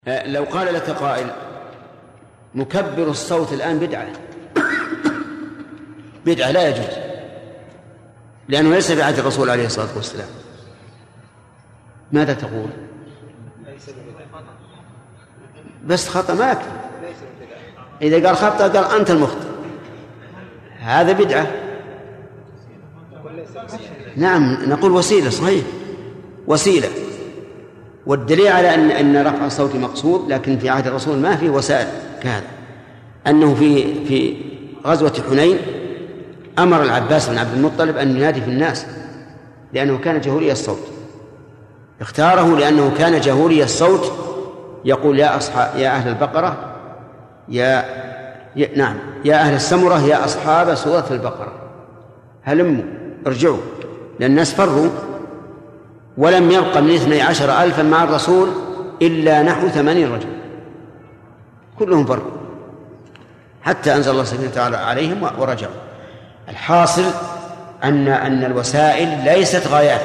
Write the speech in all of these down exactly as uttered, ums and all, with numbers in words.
لو قال لك قائل مكبر الصوت الآن بدعة بدعة لا يجوز لأنه ليس في عهد الرسول عليه الصلاة والسلام، ماذا تقول؟ بس خطأ ما يكفي. إذا قال خطأ قال أنت المخطئ، هذا بدعة. نعم نقول وسيلة، صحيح وسيلة، والدليل على أن أن رفع الصوت مقصود، لكن في عهد الرسول ما في وسائل كهذا. أنه في في غزوة حنين أمر العباس بن عبد المطلب أن ينادي في الناس لأنه كان جهوري الصوت، اختاره لأنه كان جهوري الصوت، يقول يا أصحاب يا أهل البقرة يا, يا نعم يا أهل السمرة يا أصحاب سورة البقرة هلموا ارجعوا، لأن الناس فروا ولم يبق من اثني عشر ألفا مع الرسول إلا نحو ثمانين رجل، كلهم فروا حتى أنزل الله سبحانه وتعالى عليهم ورجعوا. الحاصل أن أن الوسائل ليست غايات.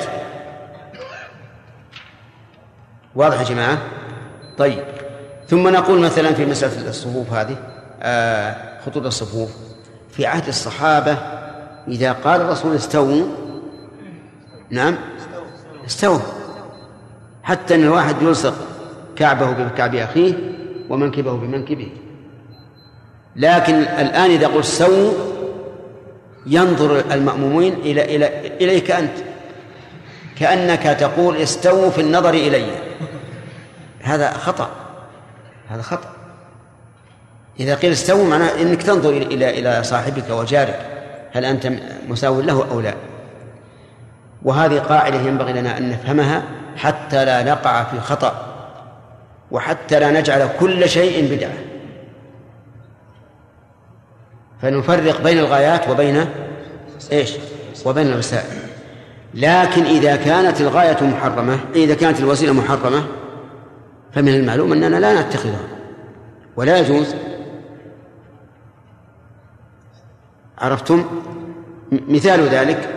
واضح يا جماعة؟ طيب، ثم نقول مثلا في مسألة الصفوف هذه آه خطوط الصفوف في عهد الصحابة إذا قال الرسول استووا، نعم استووا، حتى أن الواحد يلصق كعبه بكعب أخيه ومنكبه بمنكبه. لكن الآن إذا قلت استووا ينظر المأمومين إلى إلى إليك أنت، كأنك تقول استووا في النظر إلي. هذا خطأ، هذا خطأ. إذا قيل استووا معناه إنك تنظر إلى إلى صاحبك وجارك هل أنت مساو له أو لا. وهذه قاعدة ينبغي لنا أن نفهمها حتى لا نقع في خطأ، وحتى لا نجعل كل شيء بدعة، فنفرق بين الغايات وبين إيش وبين الوسائل. لكن إذا كانت الغاية محرمة، إذا كانت الوسيلة محرمة، فمن المعلوم أننا لا نتخذها ولا يجوز. عرفتم؟ مثال ذلك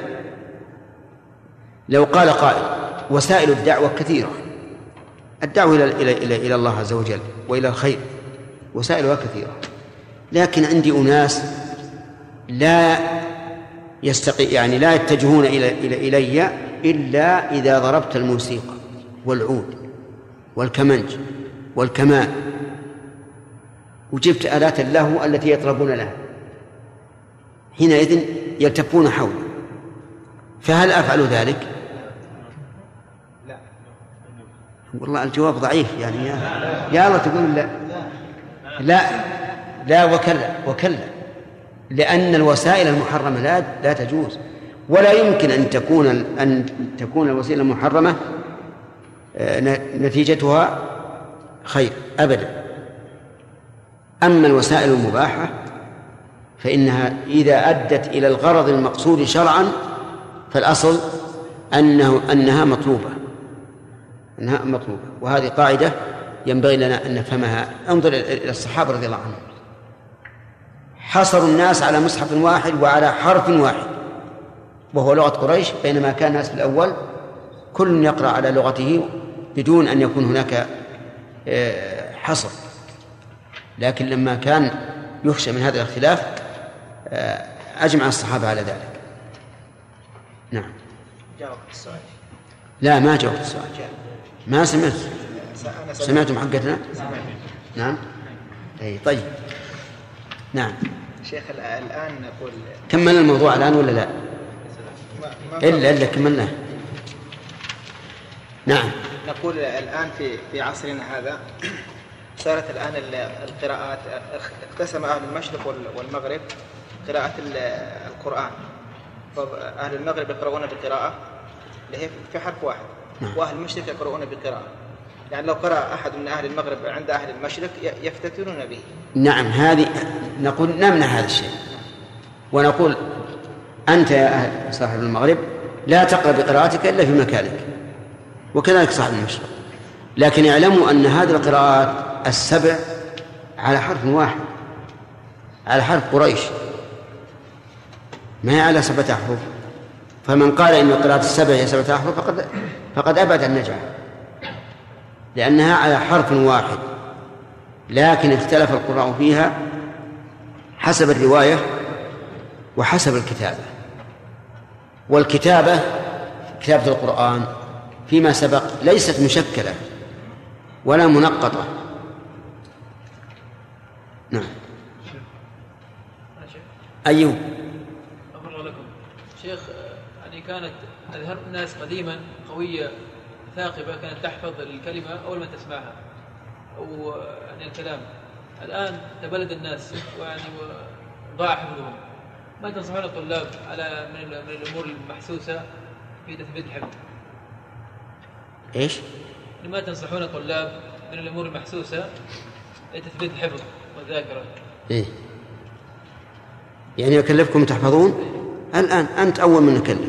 لو قال قائل وسائل الدعوة كثيرة، الدعوة إلى إلى إلى إلى الله عز وجل وإلى الخير وسائلها كثيرة، لكن عندي أناس لا يستقي يعني لا يتجهون إلى إلى إلي إلا إذا ضربت الموسيقى والعود والكمنج والكمان وجبت آلات اللهو التي يطربون لها، حينئذ يلتفون حولي، فهل أفعل ذلك؟ لا والله الجواب ضعيف يعني يا, يا الله تقول لا لا لا وكلا وكلا، لأن الوسائل المحرمة لا لا تجوز، ولا يمكن أن تكون أن تكون الوسيلة المحرمة نتيجتها خير أبدا. أما الوسائل المباحة فإنها إذا أدت إلى الغرض المقصود شرعا فالأصل أنه أنها مطلوبة أنها مطلوبة وهذه قاعدة ينبغي لنا أن نفهمها. انظر إلى الصحابة رضي الله عنهم، حصروا الناس على مصحف واحد وعلى حرف واحد وهو لغة قريش، بينما كان الناس في الأول كل يقرأ على لغته بدون أن يكون هناك حصر. لكن لما كان يخشى من هذا الاختلاف أجمع الصحابة على ذلك. نعم. جاوب السؤال. لا ما جاوبت السؤال، ما سمعت. سمعتم حقتنا؟ نعم. أي طيب. نعم. شيخ الآن نقول كملنا الموضوع الآن ولا لا؟ إلا إلا كملناه. نعم. نقول الآن في في عصرنا هذا صارت الآن القراءات، اقتسم أهل المشرق والمغرب قراءة القرآن، فأهل المغرب يقرؤون بقراءة اللي هي في حرف واحد، وأهل المشرق يقرؤون بقراءة، يعني لو قرأ أحد من أهل المغرب عند أهل المشرق يفتتنون به. نعم، هذه نقول نمنع هذا الشيء ونقول أنت يا أهل صاحب المغرب لا تقرأ بقراءتك إلا في مكانك، وكذلك صاحب المشرق، لكن اعلموا أن هذه القراءات السبع على حرف واحد، على حرف قريش، ما هي على سبعة أحرف. فمن قال إن قراءة السبع هي سبعة أحرف فقد فقد أبعد النجعة. لأنها على حرف واحد، لكن اختلف القراء فيها حسب الرواية وحسب الكتابة. والكتابة كتابة القرآن فيما سبق ليست مشكلة ولا منقطة. نعم. أيوب. أفضل لكم شيخ، يعني كانت أذهان الناس قديما قوية ثاقبة، كانت تحفظ الكلمة أول ما تسمعها أو يعني الكلام. الآن تبلد الناس ويعني ضاع حفظهم. ما تنصحون الطلاب على من الأمور المحسوسة في تثبيت الحفظ؟ إيش؟ ما تنصحون الطلاب من الأمور المحسوسة لتثبيت الحفظ والذاكرة؟ إيه؟ يعني أكلفكم تحفظون؟ الآن أنت أول من نكلف.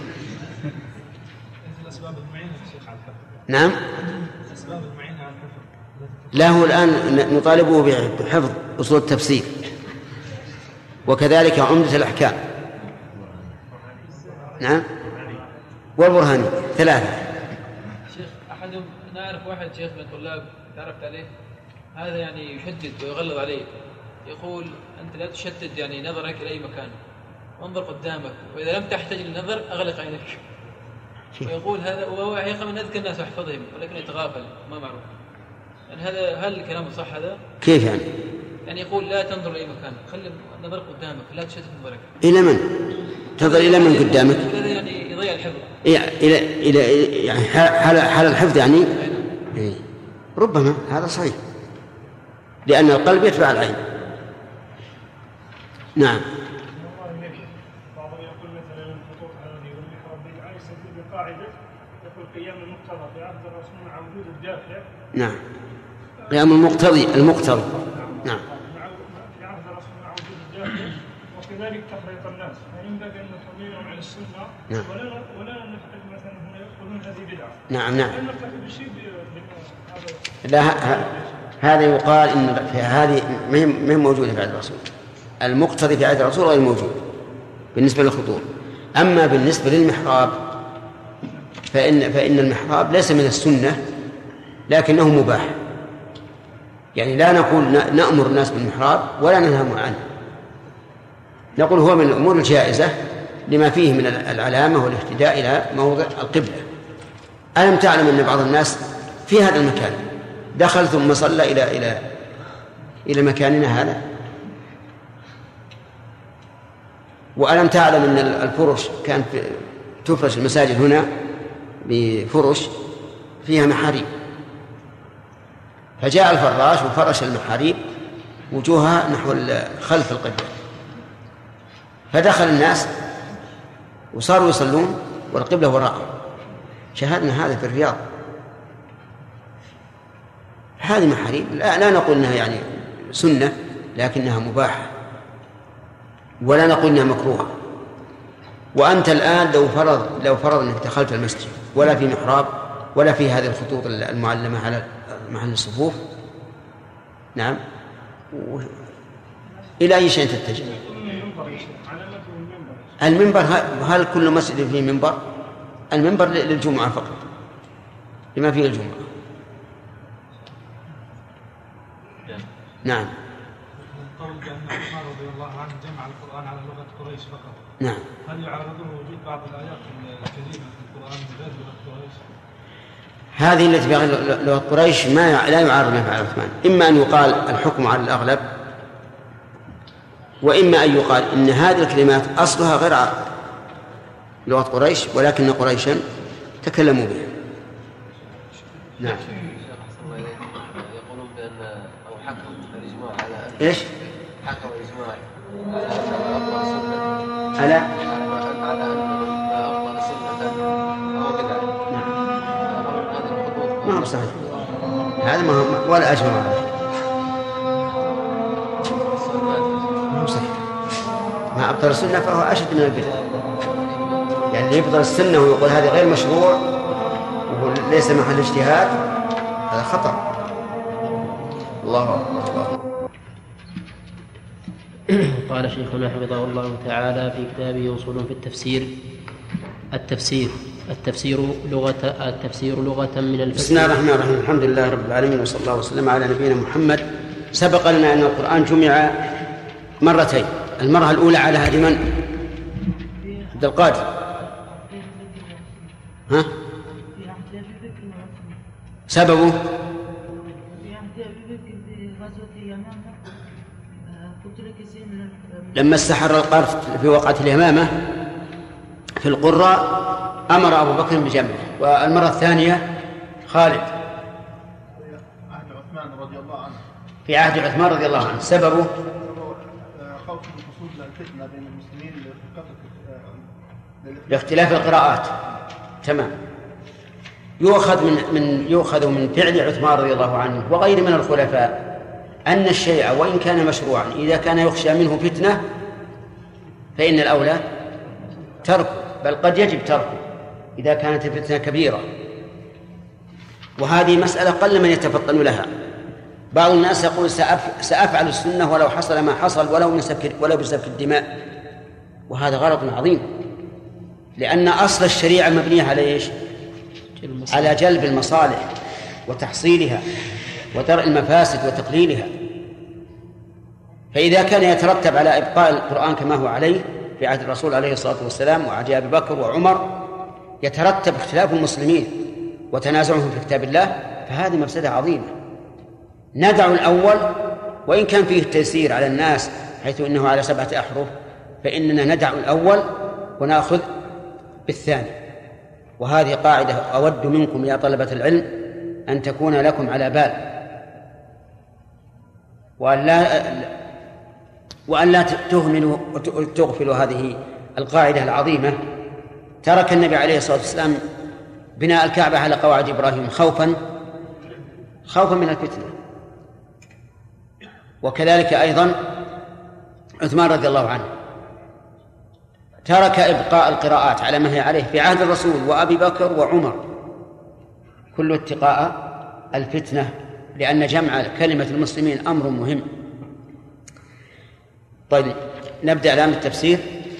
الأسباب المعينة الشيخ على الحفظ. نعم. الأسباب المعينة على الحفظ. لا، هو الآن نطالبه بحفظ أصول التفسير وكذلك عمدة الأحكام. نعم. والبرهاني ثلاثة. شيخ أحدهم نعرف واحد شيخ من الطلاب تعرفت عليه، هذا يعني يشدد ويغلظ عليه، يقول أنت لا تشتت يعني نظرك إلى أي مكان، انظر قدامك، وإذا لم تحتاج للنظر أغلق عينك. ويقول هذا وهو حقيقة من أذكى الناس ويحفظهم ولكن يتغافل ما معروف. يعني هذا هل الكلام صح هذا؟ كيف يعني؟ يعني يقول لا تنظر لأي مكان، خلي النظر قدامك، لا تشتت نظرك. إلى من؟ تنظر إلى من قدامك؟ هذا يعني يضيع الحفظ. إيه إلى إلى يعني حال حال الحفظ يعني. إيه ربما هذا صحيح، لأن القلب يتبع العين. نعم. بعضهم يقول مثلا الخطوط هذه والمحراب بالعين يستدل بقاعدة يقول قيام المقتضى في عهد الرسول مع وجود الدافع. نعم. قيام المقتضي المقتضي. نعم. في عهد الرسول مع وجود الدافع، وكذلك تفريط الناس، فينبغي أن نحملهم على السنة. نعم. ولا ولا نعتقد مثلا هم يقولون هذه بدعة. نعم نعم. لا نعتقد بشيء لا، هذا يقال إن في هذه ما هي موجودة في عهد الرسول. المقتضي في عهد الرسول غير موجود بالنسبة للخطوط. أما بالنسبة للمحراب فإن فإن المحراب ليس من السنة لكنه مباح. يعني لا نقول نأمر الناس بالمحراب ولا ننهى عنه، نقول هو من الأمور الجائزة لما فيه من العلامة والاهتداء إلى موضع القبلة. ألم تعلم أن بعض الناس في هذا المكان دخل ثم صلى إلى إلى إلى مكاننا هذا؟ وألم تعلم أن الفرش كانت تفرش المساجد هنا بفرش فيها محاريب، فجاء الفراش وفرش المحاريب وجوهها نحو خلف القبلة، فدخل الناس وصاروا يصلون والقبلة وراءهم. شاهدنا هذا في الرياض. هذه محاريب لا, لا نقول أنها يعني سنة لكنها مباحة، ولا نقول أنها مكروهة. وأنت الآن لو فرض لو فرض أنك دخلت المسجد ولا في محراب ولا في هذه الخطوط المعلمة على محل الصفوف، نعم، إلى أي شيء تتجه؟ المنبر. هل كل مسجد فيه منبر؟ المنبر للجمعة فقط، لما فيه الجمعة. نعم. قول بأن عمر رضي الله عنه جمع القرآن على لغة قريش فقط. نعم. هل يعارضه وجود بعض الآيات الكريمة في القرآن غير لغة قريش؟ هذه التي بغير لغة قريش ما لا يعارض ما فعل عثمان. إما أن يقال الحكم على الأغلب، وإما أن يقال إن هذه الكلمات أصلها غير لغة قريش ولكن قريشا تكلموا بها. نعم. يقولون بأن أو حكم الإجماع على إيش؟ حكم الإجماع على على على أن أفضل سنة أو بدعة. ما هو صحيح هذا، ما هو ولا أجمع عليه. ما هو صحيح. ما أبطل السنة فهو أشد من البدعة. يعني اللي يبطل السنة ويقول هذا غير مشروع وليس محل اجتهاد هذا خطأ. الله أكبر. قال شيخنا حفظه الله تعالى في كتابه أصول في التفسير: التفسير التفسير لغة التفسير لغة من الفسر. بسم الله الرحمن الرحيم. الحمد لله رب العالمين، وصلى الله وسلم على نبينا محمد. سبق لنا أن القرآن جمع مرتين، المرة الأولى على هذه من؟ عبد القادر. ها؟ سببه؟ لما استحر القرف في وقعة اليمامة في القرى أمر أبو بكر بجمعه. والمرة الثانية خالد عهد عثمان رضي الله عنه، في عهد عثمان رضي الله عنه. سببه خوف الحصول الفتنة بين المسلمين لاختلاف القراءات. تمام. يؤخذ من من يؤخذ من فعل عثمان رضي الله عنه وغير من الخلفاء أن الشيء وإن كان مشروعا إذا كان يخشى منه فتنة فإن الأولى تركه، بل قد يجب تركه إذا كانت الفتنة كبيرة. وهذه مسألة قل من يتفطن لها. بعض الناس يقول سأفعل السنة ولو حصل ما حصل ولو من سفك ولو بسفك الدماء، وهذا غلط عظيم، لأن أصل الشريعة مبنية على إيش؟ على جلب المصالح وتحصيلها ودرء المفاسد وتقليلها. فإذا كان يترتب على إبقاء القرآن كما هو عليه في عهد الرسول عليه الصلاة والسلام وعهد أبي بكر وعمر يترتب اختلاف المسلمين وتنازعهم في كتاب الله، فهذه مفسدة عظيمة. ندع الأول وإن كان فيه التيسير على الناس حيث إنه على سبعة أحرف، فإننا ندع الأول ونأخذ بالثاني. وهذه قاعدة أود منكم يا طلبة العلم أن تكون لكم على بال، وأن لا وأن لا تهملوا وتغفلوا هذه القاعدة العظيمة. ترك النبي عليه الصلاة والسلام بناء الكعبة على قواعد إبراهيم خوفا خوفا من الفتنة، وكذلك أيضا عثمان رضي الله عنه ترك إبقاء القراءات على ما هي عليه في عهد الرسول وأبي بكر وعمر، كل اتقاء الفتنة، لأن جمع كلمة المسلمين أمر مهم. طيب نبدأ الآن بالتفسير.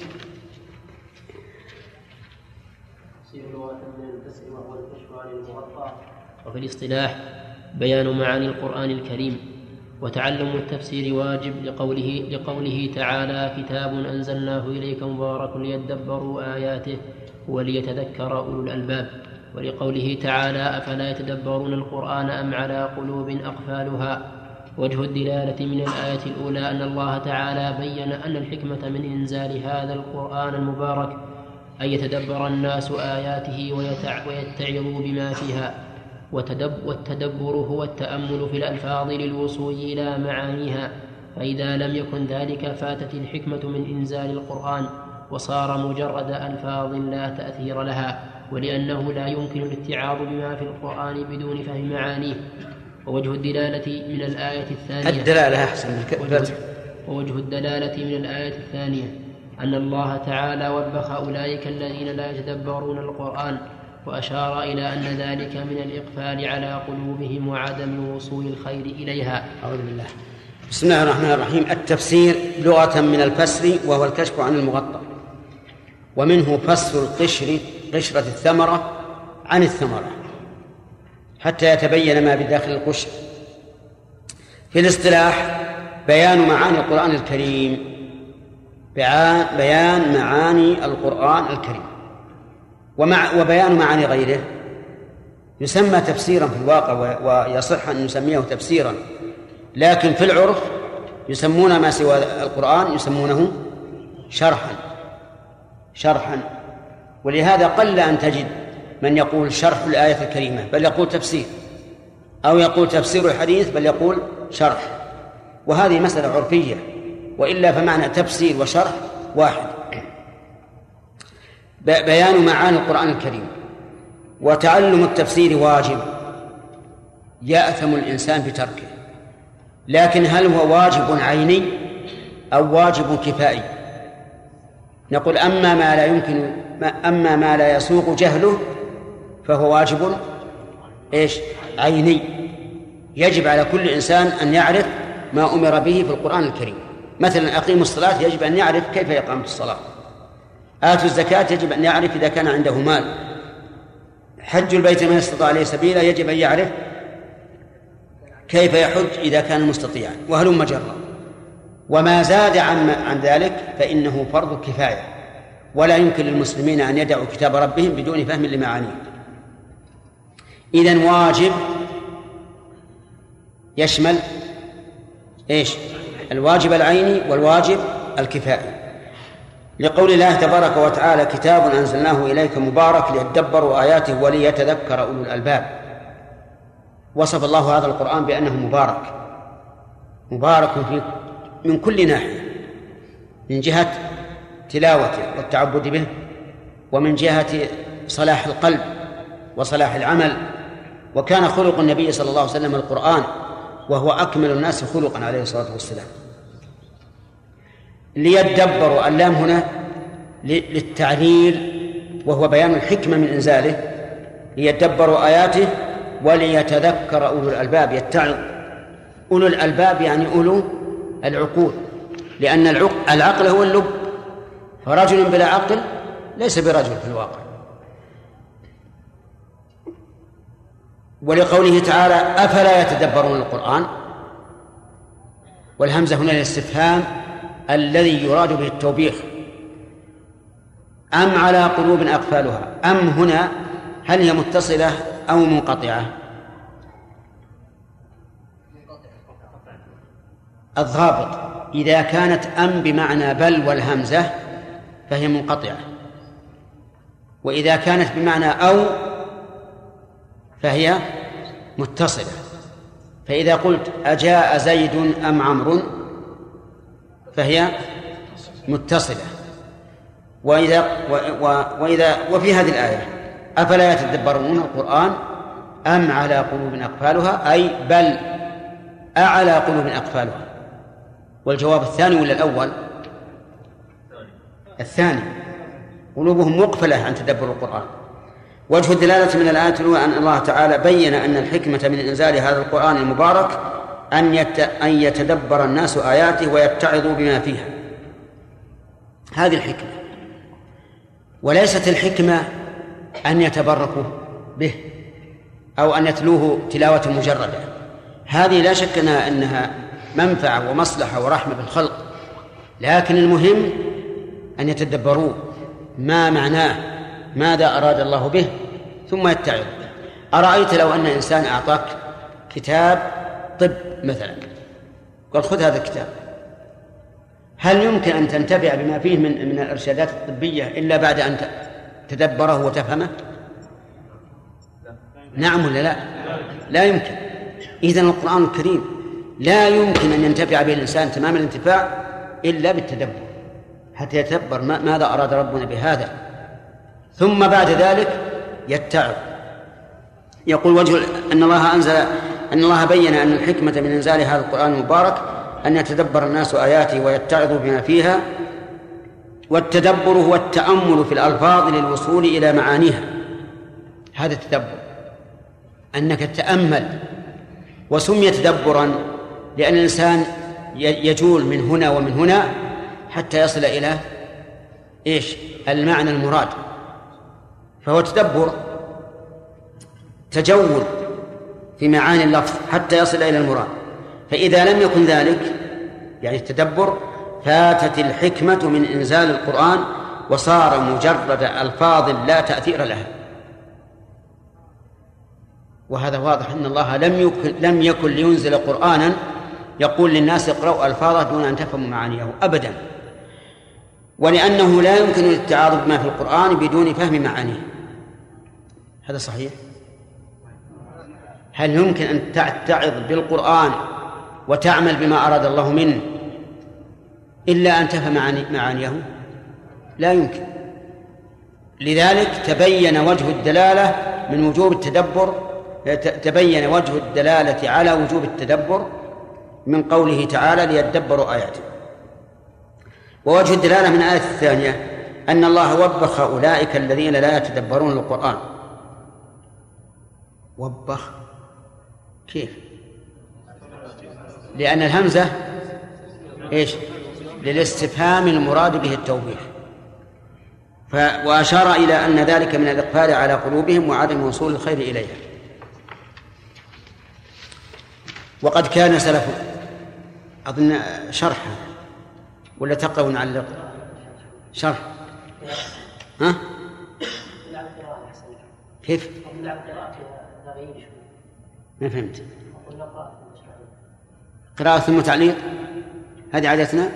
وفي الاصطلاح بيان معاني القرآن الكريم. وتعلم التفسير واجب لقوله, لقوله تعالى كتاب أنزلناه إليك مبارك ليدبروا آياته وليتذكر أولو الألباب. ولقوله تعالى أفلا يتدبرون القرآن أم على قلوب أقفالها. وجه الدلالة من الآية الأولى أن الله تعالى بين أن الحكمة من إنزال هذا القرآن المبارك أن يتدبر الناس آياته ويتعظوا بما فيها. والتدبر هو التأمل في الألفاظ للوصول إلى معانيها، فإذا لم يكن ذلك فاتت الحكمة من إنزال القرآن وصار مجرد ألفاظ لا تأثير لها، ولأنه لا يمكن الاتعاظ بما في القرآن بدون فهم معانيه. ووجه الدلالة من الآية الثانية الدلالة أحسن ووجه الدلالة من الآية الثانية أن الله تعالى وبخ أولئك الذين لا يتدبرون القرآن، وأشار إلى أن ذلك من الإقفال على قلوبهم وعدم وصول الخير إليها. أعوذ بالله. بسم الله الرحمن الرحيم. التفسير لغة من الفسر وهو الكشف عن المغطى، ومنه فسر القشر قشرة الثمرة عن الثمرة حتى يتبين ما بداخل القشر. في الاصطلاح بيان معاني القرآن الكريم، بيان معاني القرآن الكريم ومع وبيان معاني غيره يسمى تفسيرا في الواقع، ويصح أن نسميه تفسيرا، لكن في العرف يسمون ما سوى القرآن يسمونه شرحا شرحا ولهذا قل أن تجد من يقول شرح الآية الكريمة بل يقول تفسير، أو يقول تفسير الحديث بل يقول شرح، وهذه مسألة عرفية، وإلا فمعنى تفسير وشرح واحد. بيان معاني القرآن الكريم. وتعلم التفسير واجب يأثم الإنسان بتركه، لكن هل هو واجب عيني أو واجب كفائي؟ نقول أما ما لا يمكن أما ما لا يسوق جهله فهو واجب إيش عيني، يجب على كل إنسان أن يعرف ما أمر به في القرآن الكريم. مثلا أقيموا الصلاة يجب أن يعرف كيف إقامة الصلاة، آتوا الزكاة يجب أن يعرف إذا كان عنده مال، حج البيت من استطاع إليه سبيلا يجب أن يعرف كيف يحج إذا كان مستطيعا، وهلم جرا. وما زاد عن عن ذلك فإنه فرض كفاية، ولا يمكن للمسلمين أن يدعوا كتاب ربهم بدون فهم لمعانيه. إذن واجب يشمل إيش؟ الواجب العيني والواجب الكفائي، لقول الله تبارك وتعالى: كتاب أنزلناه إليك مبارك ليدبروا آياته وليتذكر أولو الألباب. وصف الله هذا القرآن بأنه مبارك، مبارك في من كل ناحية، من جهة تلاوته والتعبد به، ومن جهة صلاح القلب وصلاح العمل. وكان خلق النبي صلى الله عليه وسلم القرآن، وهو أكمل الناس خلقا عليه الصلاة والسلام. ليدبروا، اللام هنا للتعليل، وهو بيان الحكمة من إنزاله. ليدبروا آياته وليتذكر أولو الألباب، يتعظ. أولو الألباب يعني أولو العقول، لأن العقل هو اللب، فرجل بلا عقل ليس برجل في الواقع. ولقوله تعالى: أفلا يتدبرون القرآن، والهمزة هنا للاستفهام الذي يراد به التوبيخ. أم على قلوب أقفالها، أم هنا هل هي متصلة أو منقطعة؟ الضابط إذا كانت أم بمعنى بل والهمزة فهي منقطعة، وإذا كانت بمعنى أو فهي متصلة. فإذا قلت: أجاء زيد أم عمرو، فهي متصلة. وإذا وإذا وفي هذه الآية: أفلا يتدبرون القرآن أم على قلوب أقفالها، أي بل أعلى قلوب أقفالها. والجواب الثاني ولا الأول؟ الثاني، قلوبهم مقفلة عن تدبر القرآن. وجه الدلالة من الآية هو أن الله تعالى بين أن الحكمة من إنزال هذا القرآن المبارك أن أن يتدبر الناس آياته ويتعظوا بما فيها. هذه الحكمة، وليست الحكمة أن يتبركوا به أو أن يتلوه تلاوة مجردة. هذه لا شك أنها, أنها منفعة ومصلحة ورحمة بالخلق، لكن المهم أن يتدبروا ما معناه، ماذا أراد الله به، ثم يتعظ. أرأيت لو أن إنسان أعطاك كتاب طب مثلا، قال: خذ هذا الكتاب، هل يمكن أن تنتفع بما فيه من من الإرشادات الطبية إلا بعد أن تدبره وتفهمه؟ نعم ولا لا؟ لا يمكن. إذن القرآن الكريم لا يمكن أن ينتفع به الإنسان تمام الانتفاع إلا بالتدبر، حتى يتدبر ماذا أراد ربنا بهذا، ثم بعد ذلك يتعظ. يقول: وجه أن الله أنزل أن الله بين أن الحكمة من إنزال هذا القرآن المبارك أن يتدبر الناس آياته ويتعظوا بما فيها. والتدبر هو التأمل في الألفاظ للوصول إلى معانيها، هذا التدبر، أنك تتأمل. وسمي تدبرا لأن الإنسان يجول من هنا ومن هنا حتى يصل إلى إيش؟ المعنى المراد، فهو تدبر، تجول في معاني اللفظ حتى يصل إلى المراد. فإذا لم يكن ذلك، يعني التدبر، فاتت الحكمة من إنزال القرآن وصار مجرد ألفاظ لا تأثير لها. وهذا واضح أن الله لم يكن, لم يكن لينزل قرآنا يقول للناس اقرأوا ألفاظه دون أن تفهموا معانيه أبدا، ولأنه لا يمكن التعارض بما في القرآن بدون فهم معانيه. هذا صحيح؟ هل يمكن أن تتعظ بالقرآن وتعمل بما أراد الله منه إلا أن تفهم معانيه؟ لا يمكن. لذلك تبين وجه الدلالة من وجوب التدبر، تبين وجه الدلالة على وجوب التدبر من قوله تعالى: ليدبروا آياته. ووجه الدلالة من الآية الثانية أن الله وبخ أولئك الذين لا يتدبرون القرآن. وبخ كيف؟ لأن الهمزة إيش؟ للاستفهام المراد به التوبيخ، وأشار إلى أن ذلك من الإقبال على قلوبهم وعدم وصول الخير إليها. وقد كان سلف أظن شرحا ولا تقرأ نعلق شرح ها كيف ما فهمت قراءة ثم تعليق هذه عادتنا.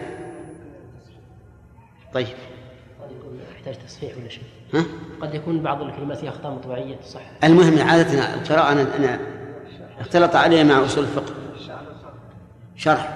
طيب يحتاج تصحيح ولا شيء ها؟ قد يكون بعض الكلمات فيها أخطاء مطبعية صح. المهم عادتنا القراءة أنا, أنا اختلط علي مع أصول الفقه شرح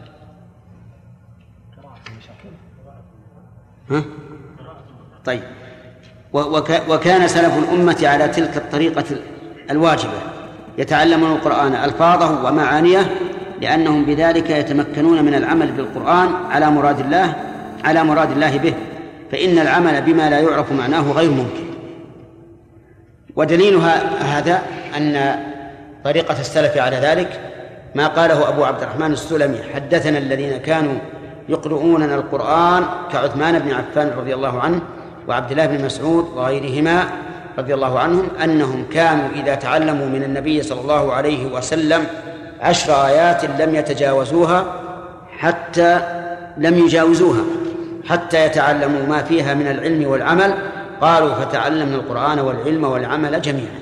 ها؟ طيب وك وكان سلف الأمة على تلك الطريقة الواجبة يتعلمون القرآن ألفاظه ومعانيه لأنهم بذلك يتمكنون من العمل بالقرآن على مراد الله على مراد الله به، فإن العمل بما لا يعرف معناه غير ممكن. ودليل هذا أن طريقة السلف على ذلك ما قاله أبو عبد الرحمن السلمي: حدثنا الذين كانوا يقرؤوننا القرآن كعثمان بن عفان رضي الله عنه وعبد الله بن مسعود وغيرهما رضي الله عنهم أنهم كانوا إذا تعلموا من النبي صلى الله عليه وسلم عشر آيات لم يتجاوزوها حتى لم يجاوزوها حتى يتعلموا ما فيها من العلم والعمل. قالوا فتعلمنا القرآن والعلم والعمل جميعا.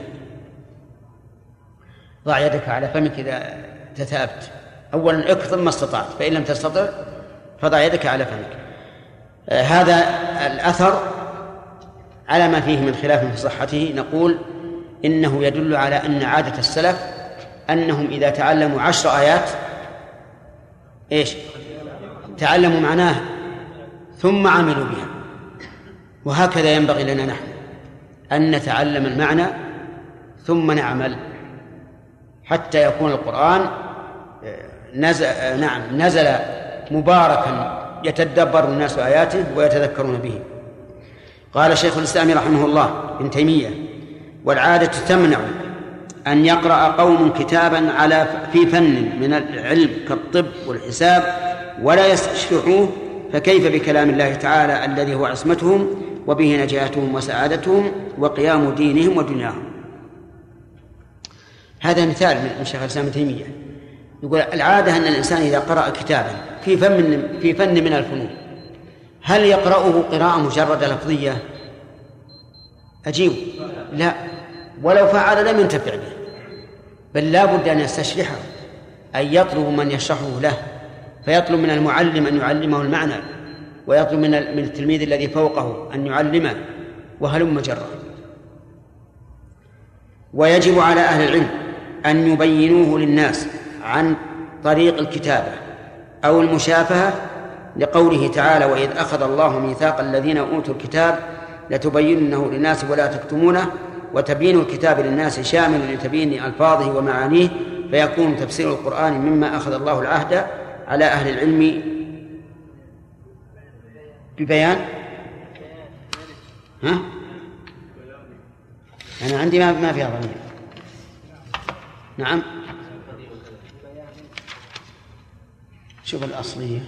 ضع يدك على فمك إذا تثابت. أولا اكثر ما استطعت، فإن لم تستطع فضع يدك على فمك. آه هذا الأثر على ما فيه من خلاف في صحته نقول إنه يدل على أن عادة السلف أنهم إذا تعلموا عشر آيات إيش تعلموا معناها ثم عملوا بها. وهكذا ينبغي لنا نحن أن نتعلم المعنى ثم نعمل حتى يكون القرآن نزل, نعم نزل مباركا يتدبر الناس آياته ويتذكرون به. قال شيخ الإسلام رحمه الله ابن تيمية: والعادة تمنع أن يقرأ قوم كتابا على في فن من العلم كالطب والحساب ولا يستشرحوه، فكيف بكلام الله تعالى الذي هو عصمتهم وبه نجاتهم وسعادتهم وقيام دينهم ودنياهم. هذا مثال من شيخ الإسلام ابن تيمية يقول: العادة أن الإنسان إذا قرأ كتابا في فن في فن من الفنون هل يقرأه قراءة مجرد لفظية؟ أجيب: لا، ولو فعل لم ينتفع به، بل لا بد أن يستشرحه، أن يطلب من يشرحه له، فيطلب من المعلم أن يعلمه المعنى، ويطلب من من التلميذ الذي فوقه أن يعلمه، وهلم جرا. ويجب على أهل العلم أن يبينوه للناس عن طريق الكتابة أو المشافهة، لقوله تعالى: وإذ أخذ الله ميثاق الذين أوتوا الكتاب لتبيننه للناس ولا تكتمونه. وتبيين الكتاب للناس شامل لتبيين ألفاظه ومعانيه، فيكون تفسير القرآن مما أخذ الله العهد على أهل العلم ببيان. ها؟ أنا عندي ما فيها ضمير. نعم، شوف الأصلية.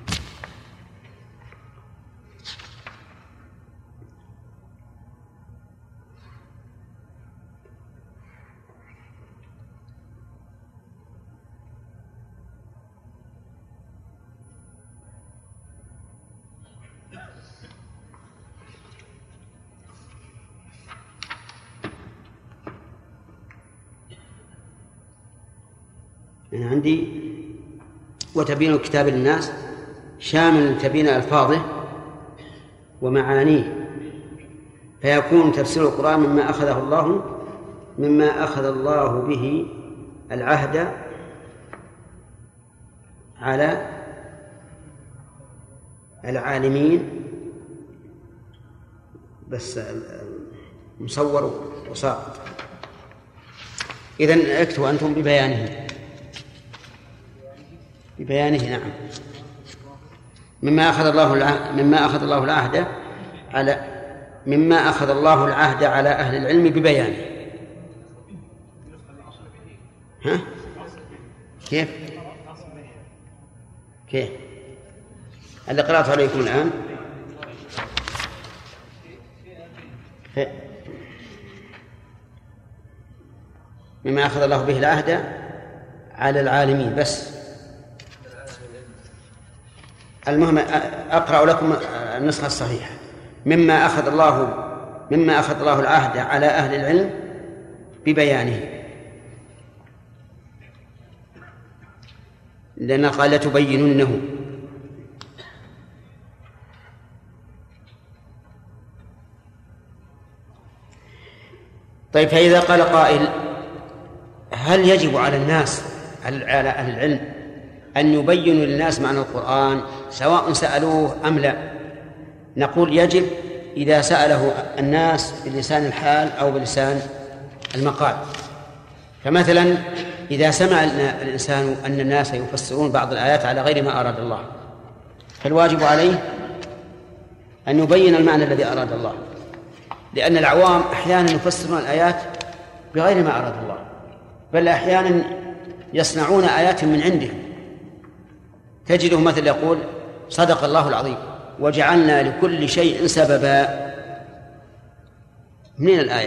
أنا عندي وتبين الكتاب للناس شامل تبين ألفاظه ومعانيه، فيكون تفسير القرآن مما أخذه الله مما أخذ الله به العهد على العالمين، بس مصور وساقط. إذن اكتبوا أنتم ببيانه ببيانه نعم. مما أخذ الله العهد مما أخذ الله العهد على مما أخذ الله العهد على أهل العلم ببيانه. ها؟ كيف؟ كيف؟ اللي قرأت عليكم الآن مما أخذ الله به العهد على العالمين بس. المهم أقرأ لكم النسخة الصحيحة. مما أخذ الله مما أخذ الله العهد على أهل العلم ببيانه، لأن قال لتبيننه. طيب، فإذا قال قائل هل يجب على الناس على أهل العلم أن يبينوا للناس معنى القرآن سواء سألوه أم لا؟ نقول يجب إذا سأله الناس بلسان الحال أو بلسان المقال. فمثلا إذا سمع الإنسان أن الناس يفسرون بعض الآيات على غير ما أراد الله، فالواجب عليه أن يبين المعنى الذي أراد الله، لأن العوام أحيانا يفسرون الآيات بغير ما أراد الله، بل أحيانا يصنعون آيات من عندهم. تجده مثل يقول صدق الله العظيم وجعلنا لكل شيء سببا. منين الآية؟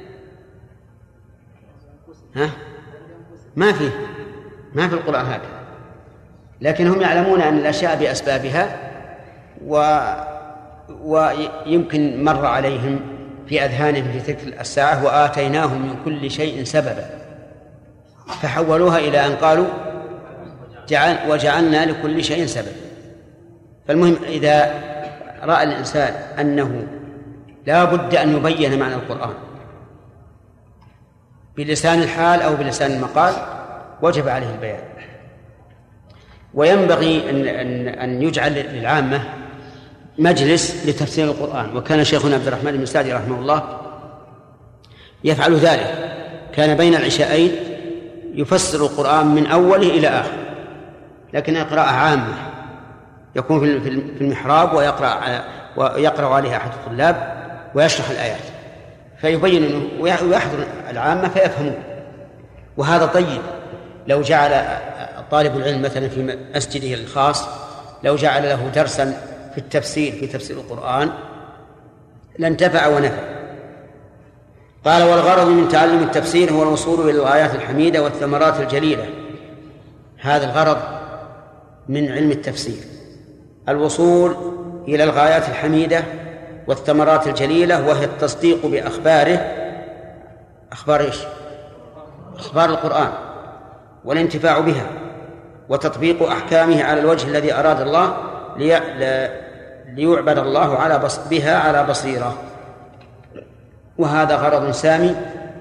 ها؟ ما فيه ما في القرآن هذا، لكنهم يعلمون أن الأشياء بأسبابها، و... ويمكن مر عليهم في أذهانهم في تلك الساعة وآتيناهم من كل شيء سببا، فحولوها إلى أن قالوا جعل وجعلنا لكل شيء سبب. فالمهم إذا رأى الإنسان أنه لا بد أن يبين معنى القرآن بلسان الحال أو بلسان المقال وجب عليه البيان. وينبغي أن, أن, أن يجعل للعامة مجلس لتفسير القرآن، وكان شيخنا عبد الرحمن بن سعدي رحمه الله يفعل ذلك. كان بين العشاءين يفسر القرآن من أوله إلى آخر، لكن قراءة عامة، يكون في المحراب ويقرأ ويقرأ عليها أحد الطلاب ويشرح الآيات فيبين ويحضر العامة فيفهمون. وهذا طيب. لو جعل طالب العلم مثلا في مسجده الخاص لو جعل له درسا في التفسير في تفسير القرآن لانتفع ونفع. قال والغرض من تعلم التفسير هو الوصول إلى الآيات الحميدة والثمرات الجليلة. هذا الغرض من علم التفسير، الوصول إلى الغايات الحميدة والثمرات الجليلة، وهي التصديق بأخباره. أخبار إيش؟ أخبار القرآن، والانتفاع بها وتطبيق أحكامه على الوجه الذي أراد الله لي... ليعبد الله على بص... بها على بصيرة. وهذا غرض سامي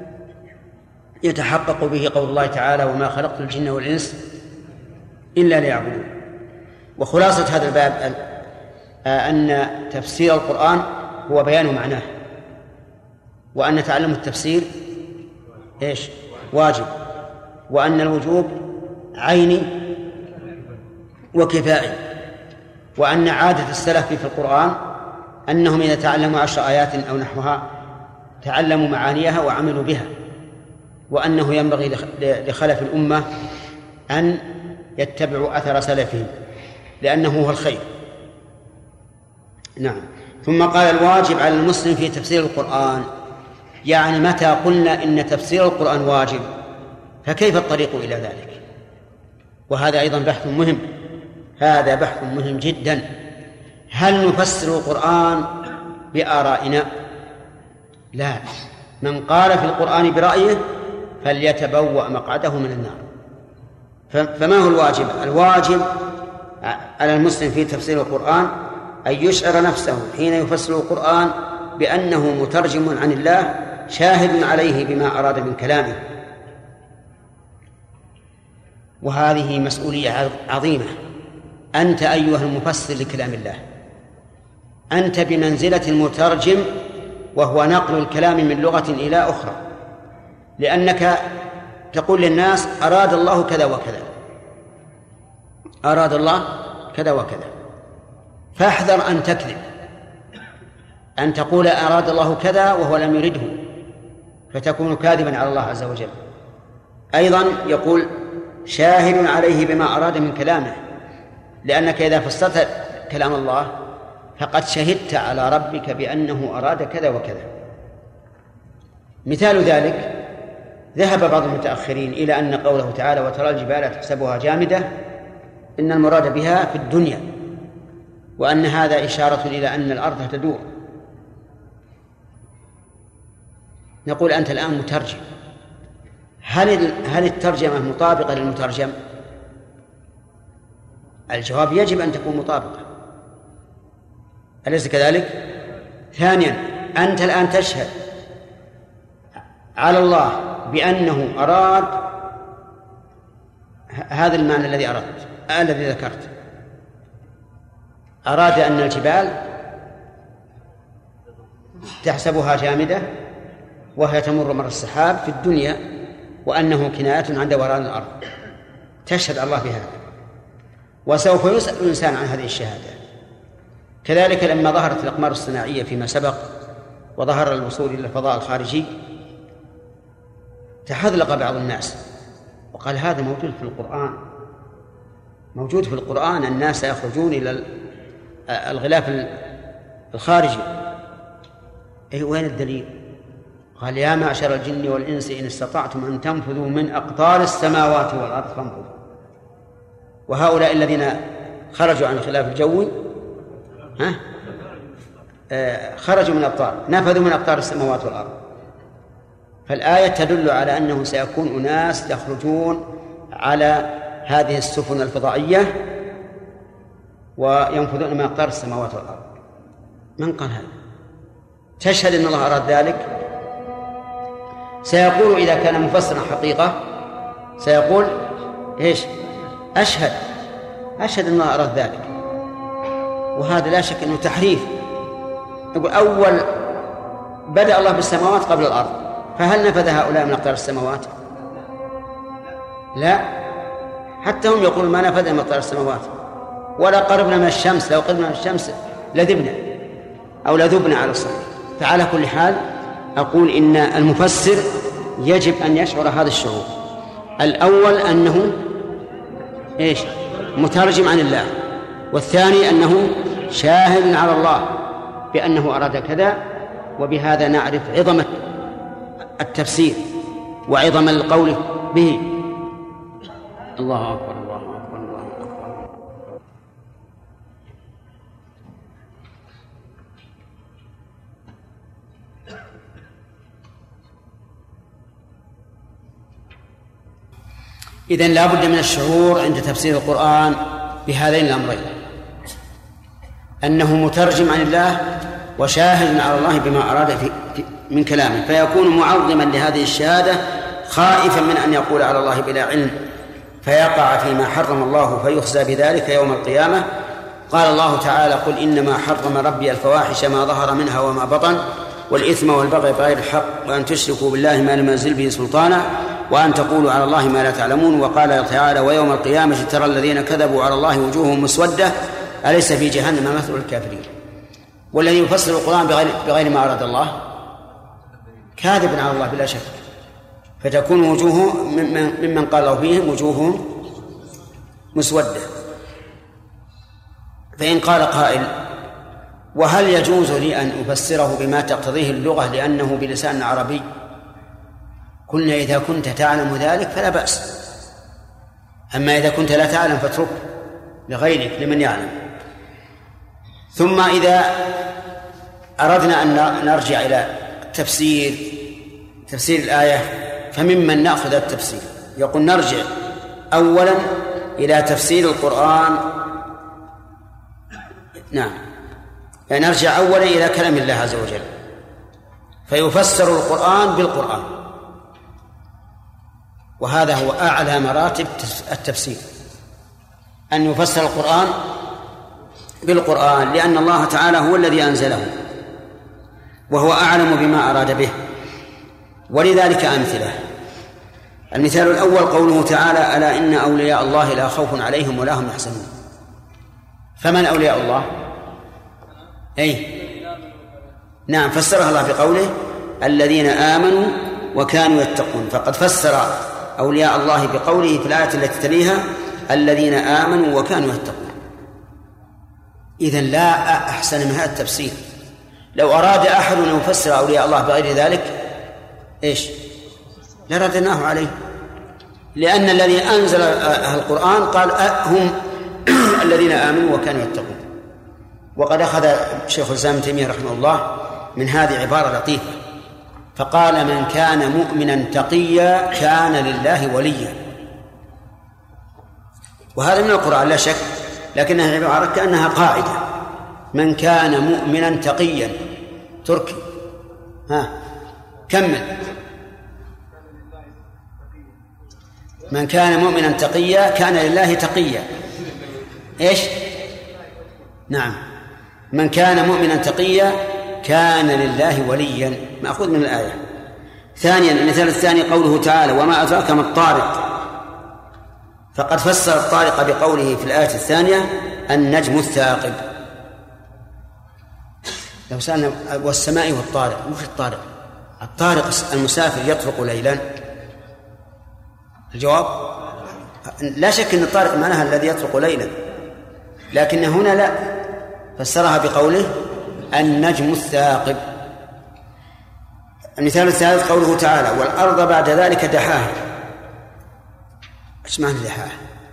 يتحقق به قول الله تعالى وما خلقت الجن والإنس إلا ليعبدون. وخلاصة هذا الباب أن تفسير القرآن هو بيان معناه، وأن تعلم التفسير إيش؟ واجب، وأن الوجوب عيني وكفائي، وأن عادة السلف في القرآن أنهم إذا تعلموا عشر آيات أو نحوها تعلموا معانيها وعملوا بها، وأنه ينبغي لخلف الأمة أن يتبعوا أثر سلفهم لأنه هو الخير. نعم. ثم قال الواجب على المسلم في تفسير القرآن، يعني متى قلنا إن تفسير القرآن واجب فكيف الطريق إلى ذلك؟ وهذا أيضا بحث مهم، هذا بحث مهم جدا. هل نفسر القرآن بآرائنا؟ لا، من قال في القرآن برأيه فليتبوأ مقعده من النار. فما هو الواجب؟ الواجب على المسلم في تفسير القرآن أن يشعر نفسه حين يفسر القرآن بأنه مترجم عن الله شاهد عليه بما أراد من كلامه. وهذه مسؤولية عظيمة. أنت أيها المفسر لكلام الله أنت بمنزلة المترجم، وهو نقل الكلام من لغة إلى أخرى، لأنك تقول للناس أراد الله كذا وكذا، أراد الله كذا وكذا، فاحذر أن تكذب، أن تقول أراد الله كذا وهو لم يرده، فتكون كاذبا على الله عز وجل. أيضا يقول شاهد عليه بما أراد من كلامه، لأنك إذا فسرت كلام الله فقد شهدت على ربك بأنه أراد كذا وكذا، مثال ذلك ذهب بعض المتأخرين إلى أن قوله تعالى وترى الجبال تحسبها جامدة إن المراد بها في الدنيا، وأن هذا إشارة إلى أن الأرض تدور. نقول أنت الآن مترجم، هل هل الترجمة مطابقة للمترجم؟ الجواب يجب أن تكون مطابقة، أليس كذلك؟ ثانيا أنت الآن تشهد على الله بأنه أراد هذا المعنى الذي أردت الذي ذكرت، أراد أن الجبال تحسبها جامدة وهي تمر مر السحاب في الدنيا، وأنه كناية عن دوران الأرض. تشهد الله بهذا، وسوف يسأل الإنسان عن هذه الشهادة. كذلك لما ظهرت الأقمار الصناعية فيما سبق وظهر الوصول إلى الفضاء الخارجي تحذلق بعض الناس وقال هذا موجود في القرآن، موجود في القرآن، الناس يخرجون إلى الغلاف الخارجي. أي وين الدليل؟ قال يا معشر الجن والإنس إن استطعتم أن تنفذوا من أقطار السماوات والأرض فانفذوا. وهؤلاء الذين خرجوا عن الخلاف الجوي ها؟ آه خرجوا من أقطار، نفذوا من أقطار السماوات والأرض. فالآية تدل على أنه سيكون أناس يخرجون على هذه السفن الفضائية وينفذون من أقطار السماوات والأرض. من قال هذا؟ تشهد أن الله أراد ذلك؟ سيقول إذا كان مفسرا حقيقة سيقول إيش؟ أشهد أشهد أن الله أراد ذلك. وهذا لا شك أنه تحريف. يقول أول بدأ الله بالسماوات قبل الأرض، فهل نفذ هؤلاء من أقطار السماوات؟ لا، حتى هم يقولون ما نفذ من أقطار السماوات ولا قربنا من الشمس، لو قربنا من الشمس لذبنا أو لذبنا على الصحيح. فعلى كل حال أقول إن المفسر يجب أن يشعر هذا الشعور. الأول أنه إيش؟ مترجم عن الله، والثاني أنه شاهد على الله بأنه أراد كذا. وبهذا نعرف عظمة التفسير وعظم القول به. الله أكبر الله أكبر الله أكبر. إذن لا بد من الشعور عند تفسير القرآن بهذين الأمرين، أنه مترجم عن الله وشاهد على الله بما أراد في من كلامه، فيكون معظما لهذه الشهادة خائفا من أن يقول على الله بلا علم فيقع فيما حرم الله فيخزى بذلك يوم القيامة. قال الله تعالى قل إنما حرم ربي الفواحش ما ظهر منها وما بطن والإثم والبغي بغير الحق وأن تشركوا بالله ما لم ينزل به سلطانا وأن تقولوا على الله ما لا تعلمون. وقال تعالى ويوم القيامة ترى الذين كذبوا على الله وجوههم مسودة أليس في جهنم مثل الكافرين. والذي يفسر القرآن بغير, بغير ما أراد الله كاذب على الله بلا شك، فتكون وجوههم ممن قال الله فيهم وجوههم مسودة. فإن قال قائل وهل يجوز لي أن أفسره بما تقتضيه اللغة لأنه بلسان عربي؟ قلنا إذا كنت تعلم ذلك فلا بأس، أما إذا كنت لا تعلم فاترك لغيرك لمن يعلم. ثم إذا أردنا أن نرجع إلى تفسير تفسير الآية فممن نأخذ التفسير. يقول نرجع أولا إلى تفسير القرآن، نعم يعني نرجع أولا إلى كلام الله عز وجل فيفسر القرآن بالقرآن، وهذا هو أعلى مراتب التفسير، أن يفسر القرآن بالقرآن، لأن الله تعالى هو الذي أنزله وهو أعلم بما أراد به. ولذلك أمثلة. المثال الأول قوله تعالى ألا إن أولياء الله لا خوف عليهم ولا هم يحزنون. فمن أولياء الله؟ أي نعم فسرها الله بقوله الذين آمنوا وكانوا يتقون، فقد فسر أولياء الله بقوله في الآية التي تليها الذين آمنوا وكانوا يتقون. إذن لا أحسن من هذا التفسير. لو أراد أحد أن يفسر أولياء الله بغير ذلك إيش لرددناه عليه، لأن الذي أنزل القرآن قال هم الذين آمنوا وكانوا يتقون. وقد أخذ شيخ الإسلام ابن تيمية رحمه الله من هذه عبارة لطيفة فقال من كان مؤمنا تقيا كان لله وليا. وهذا من القرآن لا شك، لكنها عبارة كأنها قاعدة، من كان مؤمنا تقيا. تركي ها كمل. من كان مؤمنا تقيا كان لله تقيا. ايش؟ نعم، من كان مؤمنا تقيا كان لله وليا، مأخوذ من الآية. ثانيا المثال الثاني قوله تعالى وما أدراك ما الطارق، فقد فسر الطارق بقوله في الآية الثانية النجم الثاقب. لو سألنا والسماء والطارق، وش الطارق؟ الطارق المسافر يطرق ليلا. الجواب لا شك أن الطارق معناها الذي يطرق ليلا، لكن هنا لا، فسرها بقوله النجم الثاقب. المثال الثالث قوله تعالى والأرض بعد ذلك دحاها. ايش معنى دحاها؟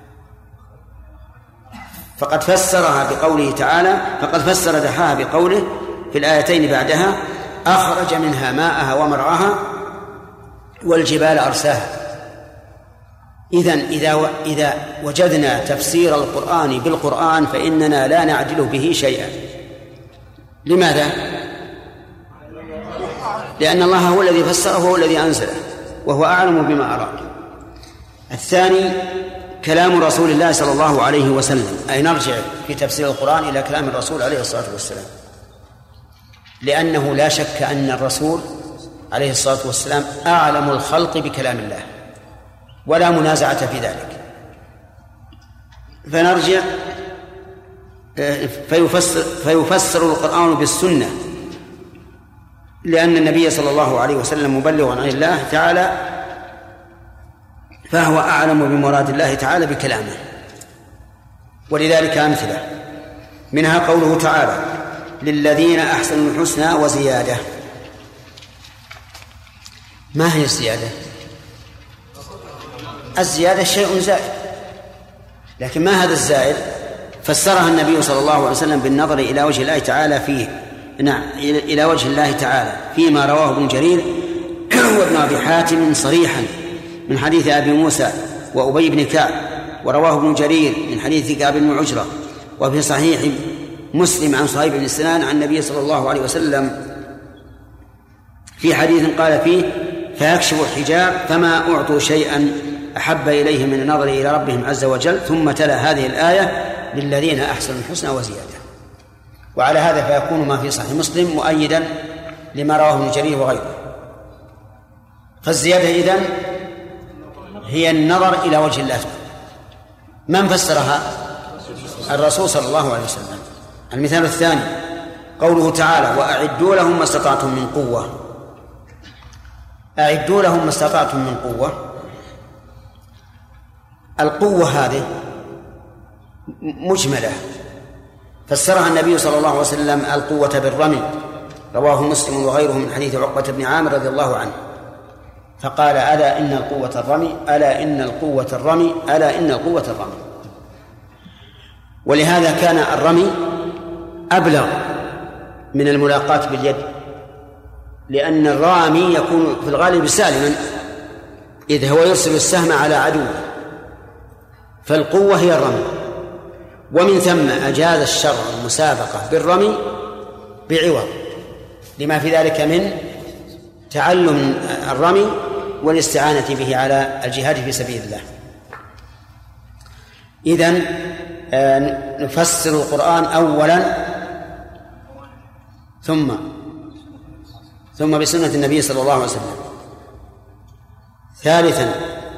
فقد فسرها بقوله تعالى فقد فسر دحاها بقوله في الآيتين بعدها أخرج منها ماءها ومرعاها والجبال أرساها. إذن إذا إذا وجدنا تفسير القرآن بالقرآن فإننا لا نعدل به شيئا. لماذا؟ لأن الله هو الذي فسره وهو الذي أنزله وهو أعلم بما أراد. الثاني كلام رسول الله صلى الله عليه وسلم، أي نرجع في تفسير القرآن إلى كلام الرسول عليه الصلاة والسلام، لأنه لا شك أن الرسول عليه الصلاة والسلام أعلم الخلق بكلام الله ولا منازعة في ذلك. فنرجع فيفسر, فيفسر القرآن بالسنة، لأن النبي صلى الله عليه وسلم مبلغ عن الله تعالى، فهو أعلم بمراد الله تعالى بكلامه. ولذلك أمثلة منها قوله تعالى للذين أحسنوا الحسنى وزيادة. ما هي الزيادة؟ الزيادة شيء زائد، لكن ما هذا الزائد؟ فسرها النبي صلى الله عليه وسلم بالنظر إلى وجه الله تعالى فيه نعم إلى وجه الله تعالى فيما رواه ابن جرير وابن أبي حاتم صريحا من حديث أبي موسى وأبي بن كعب، ورواه ابن جرير من حديث كعب بن عجرة، وفي صحيح مسلم عن صهيب بن سنان عن النبي صلى الله عليه وسلم في حديث قال فيه فيكشف الحجاب فما أعطوا شيئا أحب إليهم من النظر إلى ربهم عز وجل، ثم تلا هذه الآية للذين أحسنوا الحسنى وزيادة. وعلى هذا فيكون ما في صحيح مسلم مؤيدا لما رواه ابن جرير وغيره. فالزيادة إذن هي النظر إلى وجه الله. من فسرها؟ الرسول صلى الله عليه وسلم. المثال الثاني قوله تعالى وأعدوا لهم ما استطعتم من قوة. أعدوا لهم ما استطعتم من قوة. القوة هذه مجملة، فسرها النبي صلى الله عليه وسلم القوة بالرمي، رواه مسلم وغيره من حديث عقبة بن عامر رضي الله عنه، فقال ألا إن القوة الرمي ألا إن القوة الرمي ألا إن القوة الرمي. ولهذا كان الرمي أبلغ من الملاقاة باليد، لأن الرامي يكون في الغالب سالما إذ هو يرسل السهم على عدوه، فالقوة هي الرمي. ومن ثم أجاز الشرع المسابقة بالرمي بعوض لما في ذلك من تعلم الرمي والاستعانة به على الجهاد في سبيل الله. إذن نفسر القرآن أولا ثم ثم بسنة النبي صلى الله عليه وسلم. ثالثا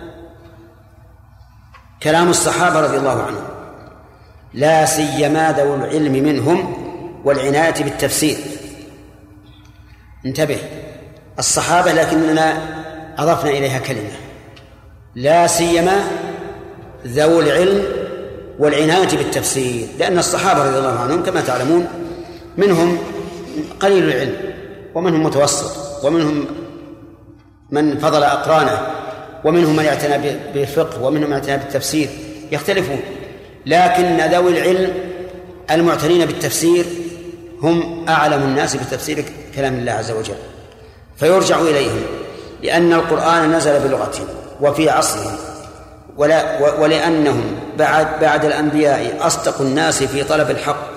كلام الصحابة رضي الله عنهم، لا سيما ذو العلم منهم والعناية بالتفسير. انتبه، الصحابة لكننا أضفنا إليها كلمة لا سيما ذو العلم والعناية بالتفسير، لأن الصحابة رضي الله عنهم كما تعلمون منهم قليل العلم ومنهم متوسط ومنهم من فضل أقرانه، ومنهم من يعتنى بالفقه ومنهم من يعتنى بالتفسير، يختلفون. لكن ذوي العلم المعتنين بالتفسير هم أعلم الناس بتفسير كلام الله عز وجل، فيرجع إليهم، لأن القرآن نزل بلغتهم وفي عصرهم، ولا ولأنهم بعد بعد الأنبياء أصدق الناس في طلب الحق.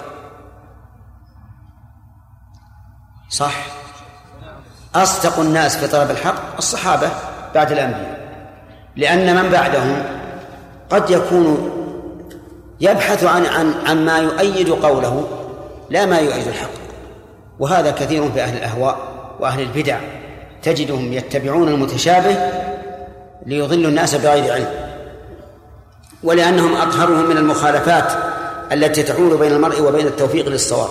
صح، أصدق الناس في طلب الحق الصحابة بعد الأنبياء، لأن من بعدهم قد يكون يبحث عن عن عن ما يؤيد قوله لا ما يؤيد الحق، وهذا كثير في أهل الأهواء وأهل البدع، تجدهم يتبعون المتشابه ليضلوا الناس بغير علم، ولأنهم أطهرهم من المخالفات التي تحول بين المرء وبين التوفيق للصواب،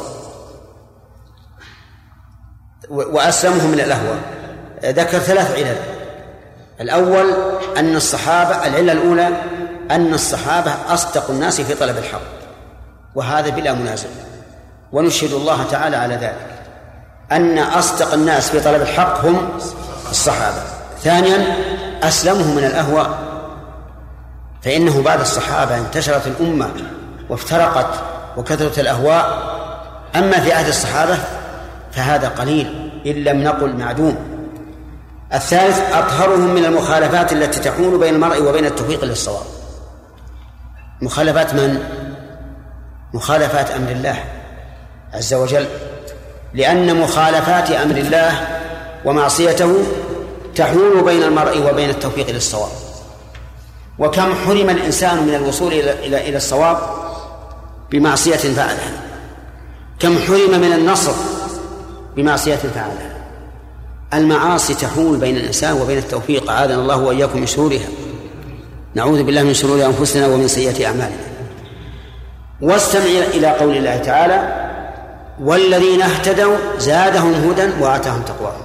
وأسلمهم من الأهواء. ذكر ثلاث علل. الأول أن الصحابة، العلة الأولى أن الصحابة أصدق الناس في طلب الحق، وهذا بلا منازع، ونشهد الله تعالى على ذلك أن أصدق الناس في طلب الحق هم الصحابة. ثانيا أسلمهم من الأهواء، فإنه بعد الصحابة انتشرت الأمة وافترقت وكثرت الأهواء، أما في عهد الصحابة فهذا قليل إن لم نقل معدوم. الثالث أطهرهم من المخالفات التي تحول بين المرء وبين التوفيق للصواب. مخالفات من؟ مخالفات أمر الله عز وجل، لأن مخالفات أمر الله ومعصيته تحول بين المرء وبين التوفيق للصواب. وكم حرم الإنسان من الوصول إلى إلى الصواب بمعصية فعلها، كم حرم من النصر بمعصية فعلها. المعاصي تحول بين الإنسان وبين التوفيق، أعاذنا الله وإياكم من شرورها، نعوذ بالله من شرور أنفسنا ومن سيئات أعمالنا. واستمع إلى قول الله تعالى: والذين اهتدوا زادهم هدى وآتاهم تقواهم.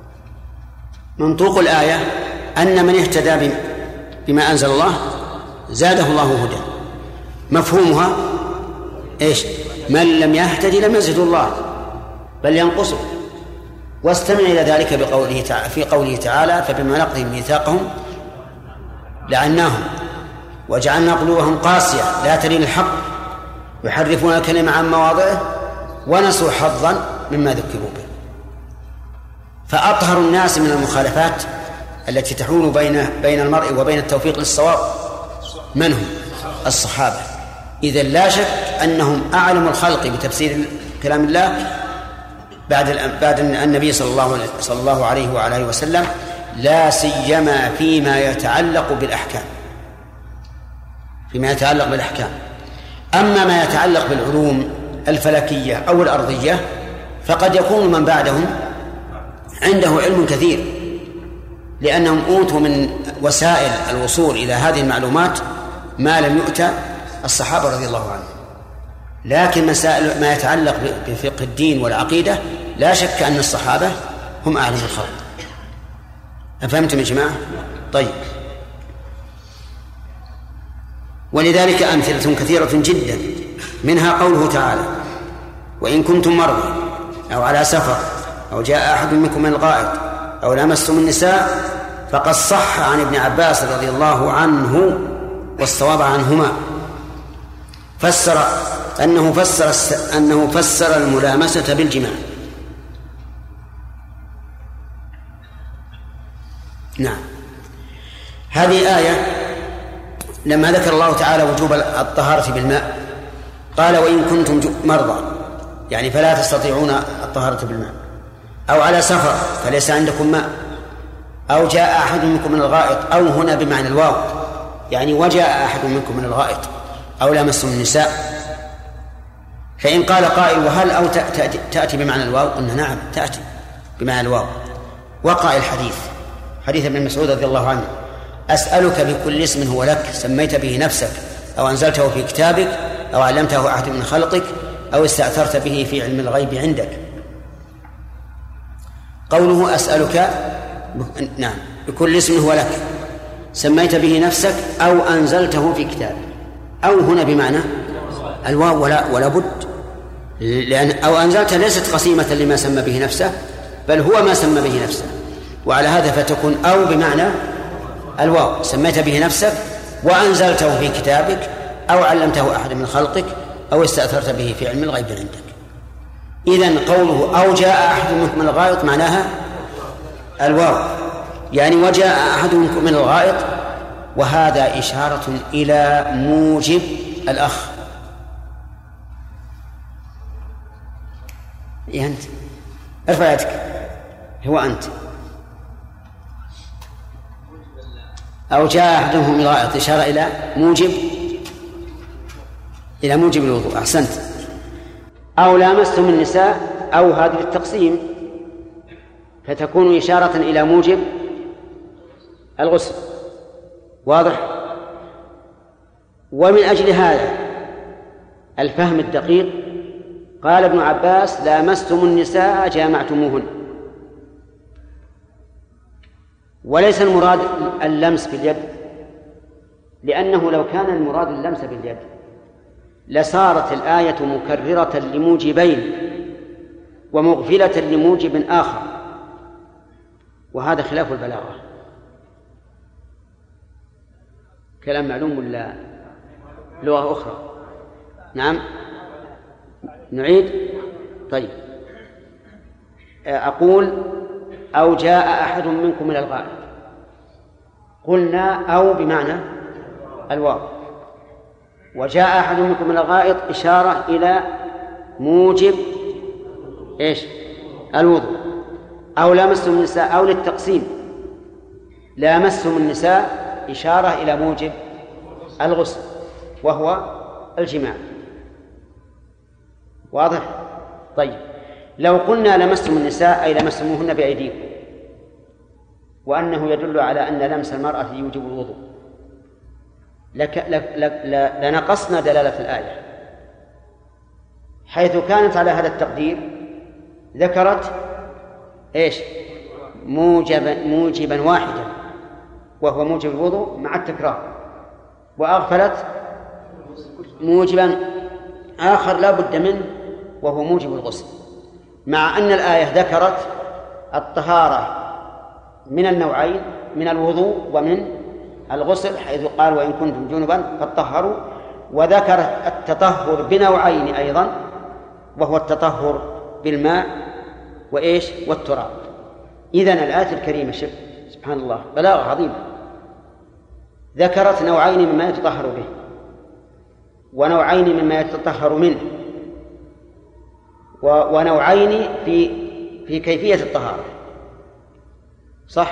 منطوق الآية أن من اهتدى بما أنزل الله زاده الله هدى. مفهومها إيش؟ من لم يهتدي لم يزد الله بل ينقصه. واستمع إلى ذلك بقوله تعالى في قوله تعالى: فبما نقضهم ميثاقهم لعناهم وجعلنا قلوبهم قاسية لا تلين الحق يحرفون الكلمة عن مواضعه ونسوا حظا مما ذكروا به. فأطهر الناس من المخالفات التي تحول بين بين المرء وبين التوفيق للصواب من هم؟ الصحابة. إذن لا شك أنهم أعلم الخلق بتفسير كلام الله بعد بعد النبي صلى الله صلى الله عليه وعلى اله وسلم، لا سيما فيما يتعلق بالأحكام فيما يتعلق بالأحكام. أما ما يتعلق بالعلوم الفلكية أو الأرضية فقد يكون من بعدهم عنده علم كثير، لأنهم أوتوا من وسائل الوصول إلى هذه المعلومات ما لم يؤت الصحابة رضي الله عنهم. لكن مسائل ما يتعلق بفقه الدين والعقيدة لا شك أن الصحابة هم أعلم الخلق. أفهمتم يا جماعة؟ طيب. ولذلك أمثلة كثيرة جدا، منها قوله تعالى: وإن كنتم مرضى أو على سفر أو جاء أحد منكم من الغائط أو لمستم النساء، فقد صح عن ابن عباس رضي الله عنه والصواب عنهما فسر أنه فسر أنه فسر الملامسة بالجماع. نعم، هذه آية لما ذكر الله تعالى وجوب الطهارة بالماء قال: وإن كنتم مرضى، يعني فلا تستطيعون الطهارة بالماء، أو على سفر فليس عندكم ماء، أو جاء أحد منكم من الغائط، أو هنا بمعنى الواو يعني وجاء أحد منكم من الغائط، أو لمستم النساء. فإن قال قائل: وهل أو تأتي, تأتي بمعنى الواو؟ قلنا نعم تأتي بمعنى الواو. وقع الحديث حديث ابن مسعود رضي الله عنه: أسألك بكل اسم هو لك سميت به نفسك أو أنزلته في كتابك أو علمته أحد من خلقك أو استأثرت به في علم الغيب عندك. قوله أسألك نعم بكل اسم هو لك سميت به نفسك أو أنزلته في كتابك، أو هنا بمعنى الواو ولا, ولا بد، لأن أو أنزلت ليست قسيمة لما سمى به نفسه، بل هو ما سمى به نفسه. وعلى هذا فتكون أو بمعنى الواو، سميت به نفسك وأنزلته في كتابك أو علمته أحد من خلقك أو استأثرت به في علم الغيب عندك. إذن قوله أو جاء أحد منكم من الغائط معناها الواو، يعني وجاء أحد منكم من الغائط، وهذا إشارة إلى موجب الأخ. إيه أنت ارفع يدك، هو أنت. أو جاء أحدهم من الغائط إشارة إلى موجب إلى موجب الوضوء. أحسنت. أو لامستم النساء، أو هذه التقسيم فتكون إشارة إلى موجب الغسل. واضح؟ ومن أجل هذا الفهم الدقيق قال ابن عباس لامستم النساء جامعتموهن، وليس المراد اللمس باليد، لأنه لو كان المراد اللمس باليد لصارت الآية مكررة لموجبين ومغفلة لموجب آخر، وهذا خلاف البلاغة. كلام معلوم ولا لغة أخرى؟ نعم نعيد. طيب أقول أو جاء أحد منكم من الغائط، قلنا أو بمعنى الواو، وجاء أحد منكم من الغائط إشارة إلى موجب إيش؟ الوضوء. أو لامستم النساء، أو للتقسيم، لامستم النساء إشارة إلى موجب الغسل وهو الجماع. واضح؟ طيب لو قلنا لمستم النساء أي لمستموهن بأيديكم، وأنه يدل على أن لمس المرأة يوجب الوضوء، لك لنقصنا دلالة الآية، حيث كانت على هذا التقدير ذكرت إيش؟ موجبا موجبا واحدا وهو موجب الوضوء مع التكرار، وأغفلت موجبا آخر لا بد منه وهو موجب الغسل، مع أن الآية ذكرت الطهارة من النوعين، من الوضوء ومن الغسل، حيث قال وإن كنتم جنبا فاطهروا، وذكرت التطهر بنوعين أيضا وهو التطهر بالماء وإيش؟ والتراب. إذن الآية الكريمة شف سبحان الله بلاغة عظيمة، ذكرت نوعين مما يتطهر به ونوعين مما يتطهر منه ونوعين في في كيفية الطهارة. صح؟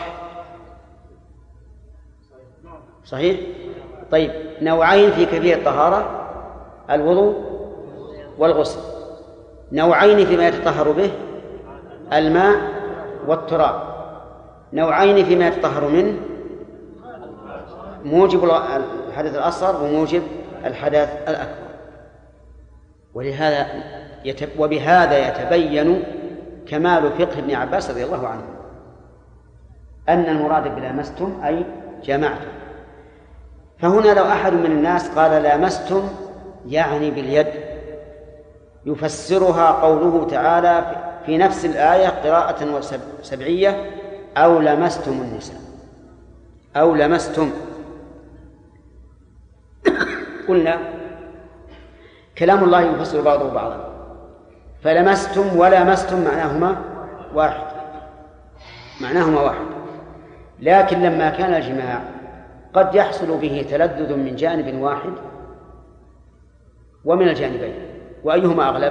صحيح؟ طيب نوعين في كيفية الطهارة، الوضوء والغسل، نوعين فيما يتطهر به، الماء والتراب، نوعين فيما يتطهر منه، موجب الحدث الأصغر وموجب الحدث الأكبر. ولهذا يتب وبهذا يتبين كمال فقه ابن عباس رضي الله عنه، أن المراد بلامستم أي جمعتم. فهنا لو أحد من الناس قال لامستم يعني باليد، يفسرها قوله تعالى في نفس الآية قراءة سبعية أو لمستم النساء، أو لمستم. قلنا كلام الله يفسر بعضه بعضا، فلمستم ولمستم معناهما واحد، معناهما واحد، لكن لما كان الجماع قد يحصل به تلذذ من جانب واحد ومن الجانبين، وأيهما أغلب؟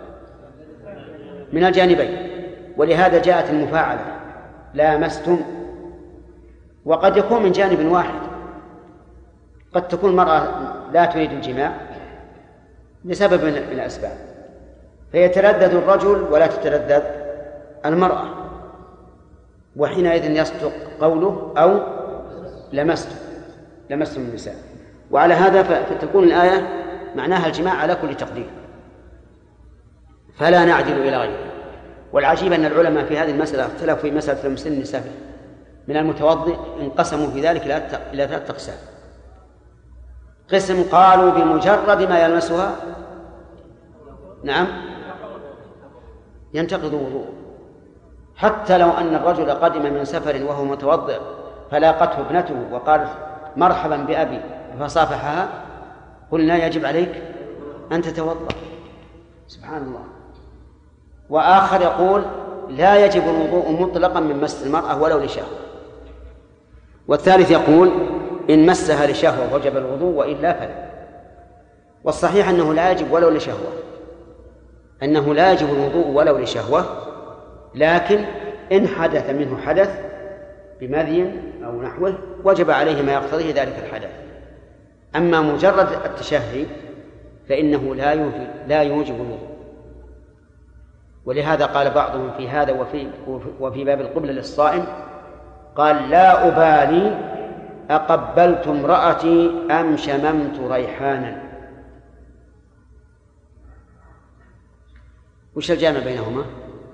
من الجانبين، ولهذا جاءت المفاعلة لامستم. وقد يكون من جانب واحد، قد تكون المرأة لا تريد الجماع لسبب من الأسباب، فيتلذذ الرجل ولا تتلذذ المرأة، وحينئذ يصدق قوله أو لمستم لمستم النساء. وعلى هذا فتكون الآية معناها الجماع على كل تقدير، فلا نعدل إلى غيره. والعجيب أن العلماء في هذه المسألة اختلفوا في مسألة لمس النساء من المتوضئ، انقسموا في ذلك إلى ثلاثة أقسام. قسم قالوا بمجرد ما يلمسها نعم ينتقض وضوءه، حتى لو أن الرجل قدم من سفر وهو متوضئ فلاقته ابنته وقالت مرحبا بأبي فصافحها، قلنا يجب عليك أن تتوضأ. سبحان الله. وآخر يقول لا يجب الوضوء مطلقا من مس المرأة ولو لشهوة. والثالث يقول إن مسها لشهوة وجب الوضوء وإلا فلا. والصحيح أنه لا يجب ولو لشهوة، أنه لا يجب الوضوء ولو لشهوة، لكن إن حدث منه حدث بمذي أو نحوه وجب عليه ما يقتضيه ذلك الحدث. أما مجرد التشهي فإنه لا يوجب, لا يوجب الوضوء. ولهذا قال بعضهم في هذا وفي, وفي باب القبلة للصائم، قال لا أبالي أقبلت امرأتي أم شممت ريحانا. وش الجامع بينهما؟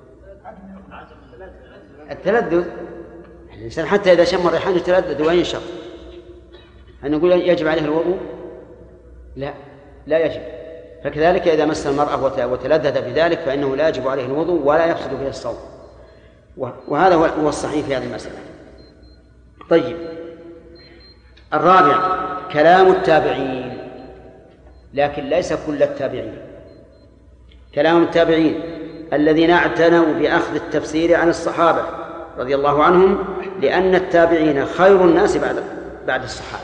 التلذذ. الإنسان حتى إذا شم الريحان يتلذذ وينشط. أن نقول يجب عليه الوضوء؟ لا، لا يجب. فكذلك إذا مس المرأة وتلذذ بذلك فإنه لا يجب عليه الوضوء ولا يفسد به الصوم. وهذا هو الصحيح في هذه المسألة. طيب، الرابع كلام التابعين، لكن ليس كل التابعين. كلام التابعين الذين اعتنوا بأخذ التفسير عن الصحابة رضي الله عنهم، لأن التابعين خير الناس بعد بعد الصحابة.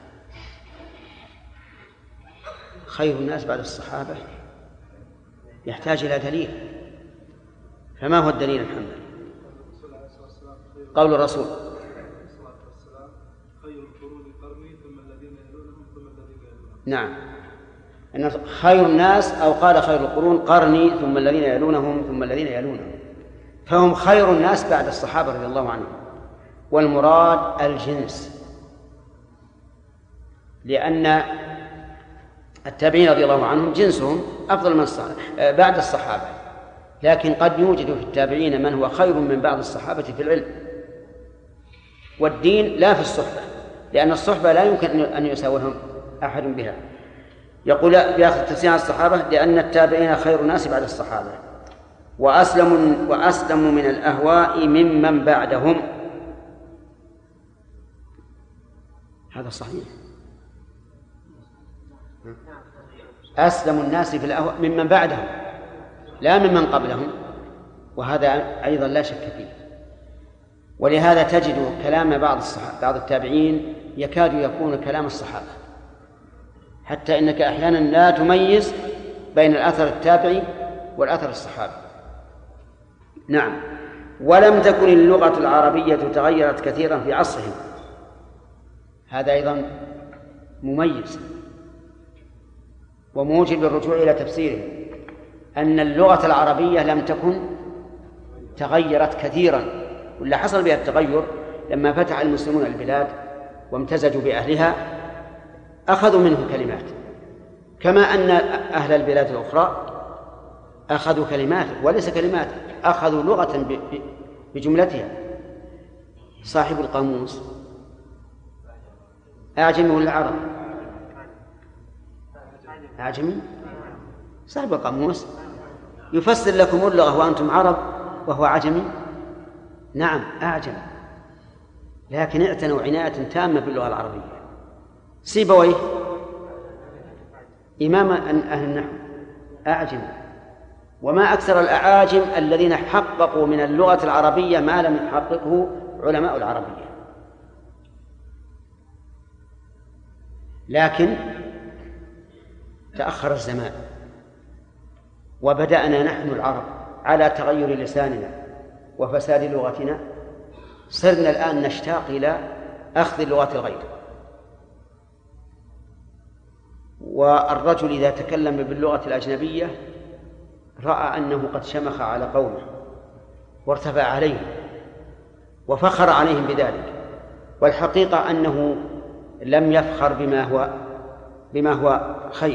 خير الناس بعد الصحابة يحتاج إلى دليل. فما هو الدليل محمد؟ قول الرسول نعم، أن خير الناس أو قال خير القرون قرني ثم الذين يلونهم ثم الذين يلونهم، فهم خير الناس بعد الصحابة رضي الله عنهم. والمراد الجنس، لأن التابعين رضي الله عنهم جنسهم أفضل من الصحابة بعد الصحابة، لكن قد يوجد في التابعين من هو خير من بعض الصحابة في العلم والدين، لا في الصحبة، لأن الصحبة لا يمكن أن يساويهم أحد بها. يقول بأخذ تفسير عن الصحابة لأن التابعين خير الناس بعد الصحابة وأسلم وأسلم من الأهواء ممن بعدهم. هذا صحيح، أسلم الناس في الأهواء ممن بعدهم لا ممن قبلهم، وهذا أيضا لا شك فيه. ولهذا تجد كلام بعض الصحابة بعض التابعين يكاد يكون كلام الصحابة، حتى إنك أحيانا لا تميز بين الأثر التابعي والأثر الصحابي. نعم. ولم تكن اللغة العربية تغيرت كثيرا في عصرهم، هذا أيضا مميز وموجب الرجوع إلى تفسيره، أن اللغة العربية لم تكن تغيرت كثيرا، ولا حصل بها التغير لما فتح المسلمون البلاد وامتزجوا بأهلها أخذوا منه كلمات، كما أن أهل البلاد الأخرى أخذوا كلمات وليس كلمات، أخذوا لغة بجملتها. صاحب القاموس أعجمي ولا عربي؟ أعجمي. صاحب القاموس يفسر لكم اللغة وأنتم عرب وهو عجمي. نعم أعجم، لكن اعتنوا عناية تامة باللغة العربية. سيبويه إمام أهل النحو أعجم، وما أكثر الأعاجم الذين حققوا من اللغة العربية ما لم يحققه علماء العربية. لكن تأخر الزمان وبدأنا نحن العرب على تغير لساننا وفساد لغتنا، صرنا الآن نشتاق إلى أخذ اللغات الغير. والرجل إذا تكلم باللغة الأجنبية رأى أنه قد شمخ على قومه وارتفع عليهم وفخر عليهم بذلك، والحقيقة أنه لم يفخر بما هو بما هو خير،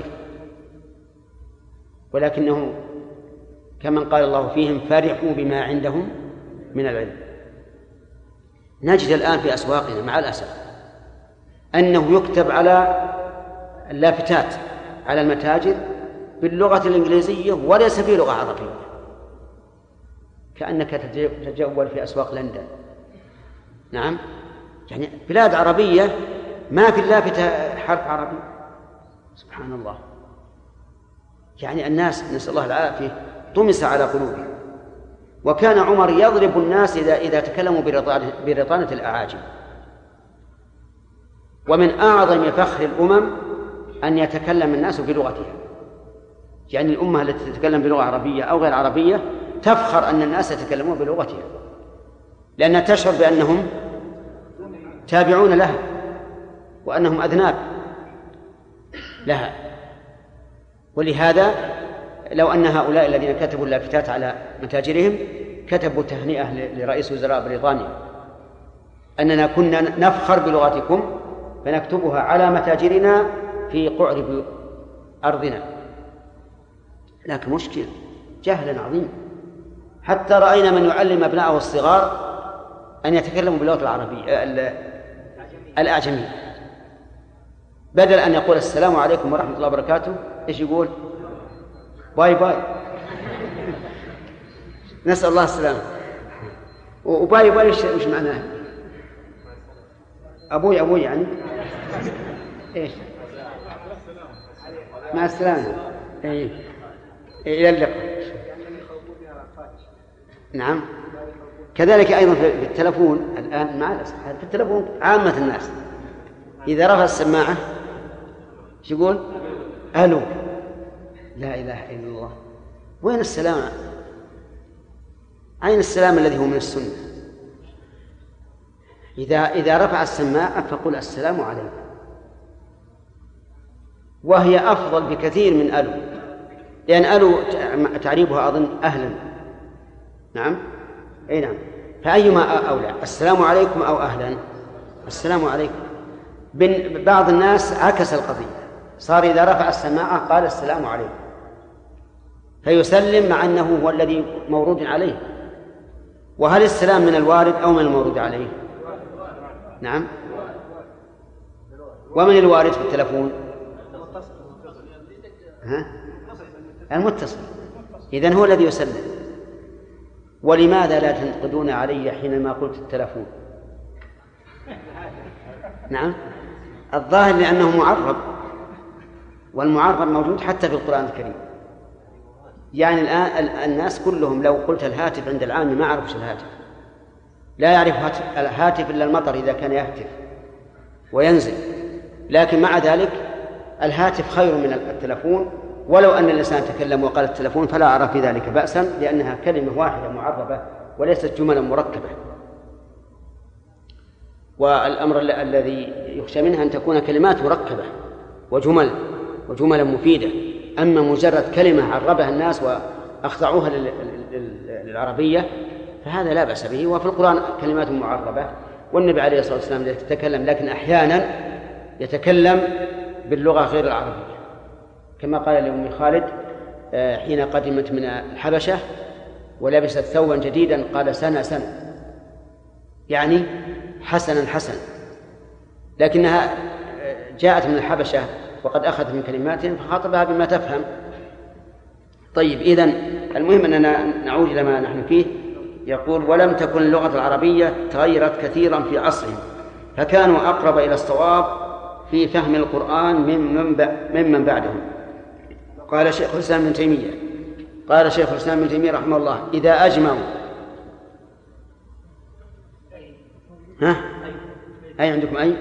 ولكنه كمن قال الله فيهم فرحوا بما عندهم من العلم. نجد الآن في أسواقنا مع الأسف أنه يكتب على اللافتات على المتاجر باللغة الإنجليزية وليس في لغة عربية، كأنك تتجول في أسواق لندن. نعم، يعني بلاد عربية ما في لافتة حرف عربي. سبحان الله. يعني الناس نسأل الله العافية طمس على قلوبهم. وكان عمر يضرب الناس إذا إذا تكلموا برطانة الأعاجم. ومن أعظم فخر الأمم أن يتكلم الناس بلغتها. يعني الأمة التي تتكلم بلغة عربية أو غير عربية تفخر أن الناس يتكلمون بلغتها، لأنها تشعر بأنهم تابعون لها وأنهم أذناب لها. ولهذا لو أن هؤلاء الذين كتبوا اللافتات على متاجرهم كتبوا تهنئة لرئيس وزراء بريطانيا أننا كنا نفخر بلغتكم فنكتبها على متاجرنا في قعر أرضنا، لكن مشكلة جهل عظيم. حتى رأينا من يعلم أبنائه الصغار أن يتكلموا باللغة العربية الأعجمية، بدل أن يقول السلام عليكم ورحمة الله وبركاته إيش يقول؟ باي باي. نسأل الله السلامة. وباي باي إيش معناه؟ أبوي أبوي يعني إيش؟ مع السلامة. إيه. إلى اللقاء. نعم. كذلك أيضا في التلفون الآن مع الأسف في التلفون عامة الناس إذا رفع السماعة يقول ألو. لا إله إلا الله. وين السلام؟ أين السلام الذي هو من السنة؟ إذا إذا رفع السماعة فقل السلام عليكم، وهي أفضل بكثير من ألو، لأن ألو تعريبها أظن أهلا. نعم أي نعم. فأيما أولى السلام عليكم أو أهلا؟ السلام عليكم. بعض الناس عكس القضية، صار إذا رفع السماعة قال السلام عليكم فيسلم مع أنه هو الذي مورود عليه. وهل السلام من الوارد أو من المورود عليه؟ نعم. ومن الوارد في التلفون؟ ها؟ المتصل. إذن هو الذي يسلم. ولماذا لا تنقدون علي حينما قلت التلفون؟ نعم. الظاهر لأنه معرب، والمعرب موجود حتى في القرآن الكريم. يعني الآن الناس كلهم لو قلت الهاتف عند العام ما عرفش الهاتف، لا يعرف الهاتف إلا المطر إذا كان يهتف وينزل. لكن مع ذلك الهاتف خير من التلفون، ولو أن الإنسان تكلم وقال التلفون فلا أرى في ذلك بأسا، لأنها كلمة واحدة معربة وليست جملا مركبة. والأمر الذي يخشى منها أن تكون كلمات مركبة وجمل وجملا مفيدة. أما مجرد كلمة عربها الناس وأخضعوها للعربية فهذا لا بأس به. وفي القرآن كلمات معربة، والنبي عليه الصلاة والسلام يتكلم، لكن أحيانا يتكلم باللغة غير العربية، كما قال لأم خالد حين قدمت من الحبشة ولبست ثوبا جديدا قال سنة سنة، يعني حسنا حسنا، لكنها جاءت من الحبشة وقد أخذت من كلماتهم فخاطبها بما تفهم. طيب، إذن المهم أننا نعود إلى ما نحن فيه. يقول ولم تكن اللغة العربية تغيرت كثيرا في عصرهم، فكانوا أقرب إلى الصواب في فهم القرآن ممن بعدهم. قال شيخ الإسلام ابن تيمية قال شيخ الإسلام ابن تيمية رحمه الله إذا أجمعوا ها أي عندكم أي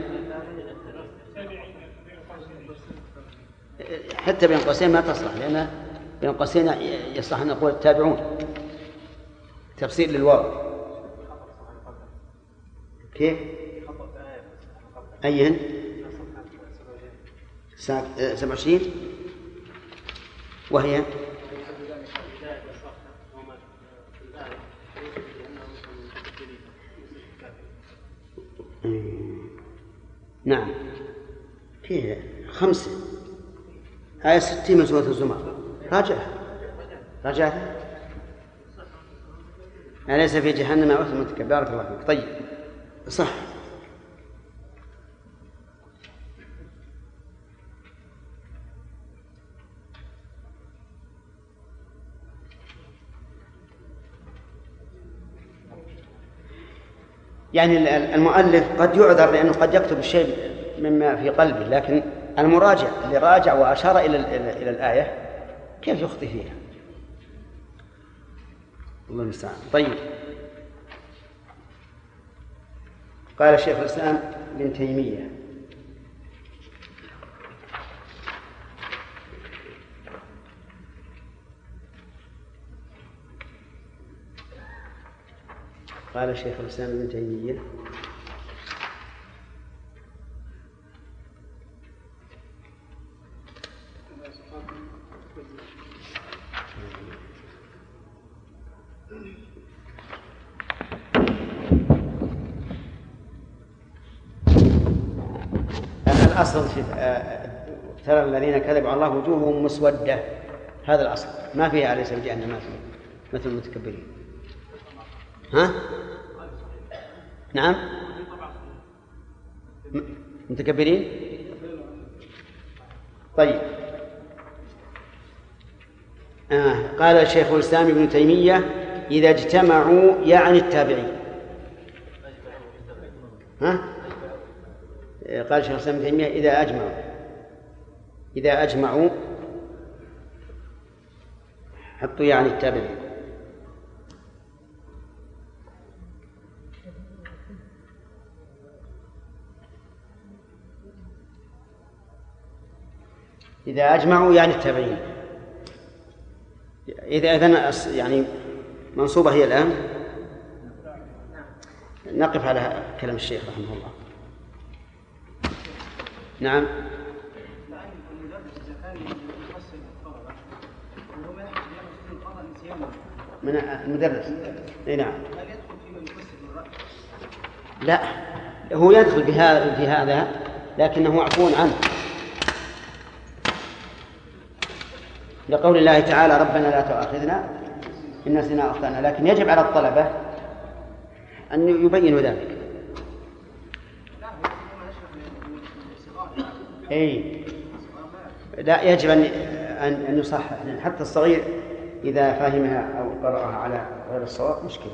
حتى بين قوسين ما تصلح، لأن بين قوسين يصلح أن نقول التابعون تفسير للواو. كيف أيهن سبع وعشرين وهي نعم فيها خمسة آية ستين من سورة الزمر. راجع راجع أليس في جهنم مثوى للمتكبرين. بارك الله فيك. طيب صح. يعني المؤلف قد يعذر لأنه قد يكتب الشيء مما في قلبه، لكن المراجع اللي راجع وأشار إلى إلى الآية كيف يخطئ فيها؟ الله المستعان. طيب، قال شيخ الإسلام ابن تيمية: قال شيخ الإسلام ابن تيمية الأصل في ترى الذين كذبوا على الله وجوههم مسودة، هذا الأصل ما فيه عليه سبيل أن ما فيه مثل المتكبرين. ها؟ نعم، متكبرين. طيب، آه. قال شيخ الإسلام ابن تيمية: إذا اجتمعوا يعني التابعين. ها؟ قال شيخ الإسلام ابن تيمية: إذا أجمعوا إذا أجمعوا حطوا يعني التابعين. إذا أجمعوا يعني التابعين. إذا إذن يعني منصوبة هي الآن. نقف على كلام الشيخ رحمه الله. نعم. من المدرس. اي نعم. لا، هو يدخل بهذا في هذا لكنه معفو عنه، لقول الله تعالى: ربنا لا تؤاخذنا إن نسينا أو أخطأنا. لكن يجب على الطلبة أن يبينوا ذلك. أي لا، يجب أن أن يصحح، لأن حتى الصغير إذا فهمها أو قرأها على غير الصواب مشكلة.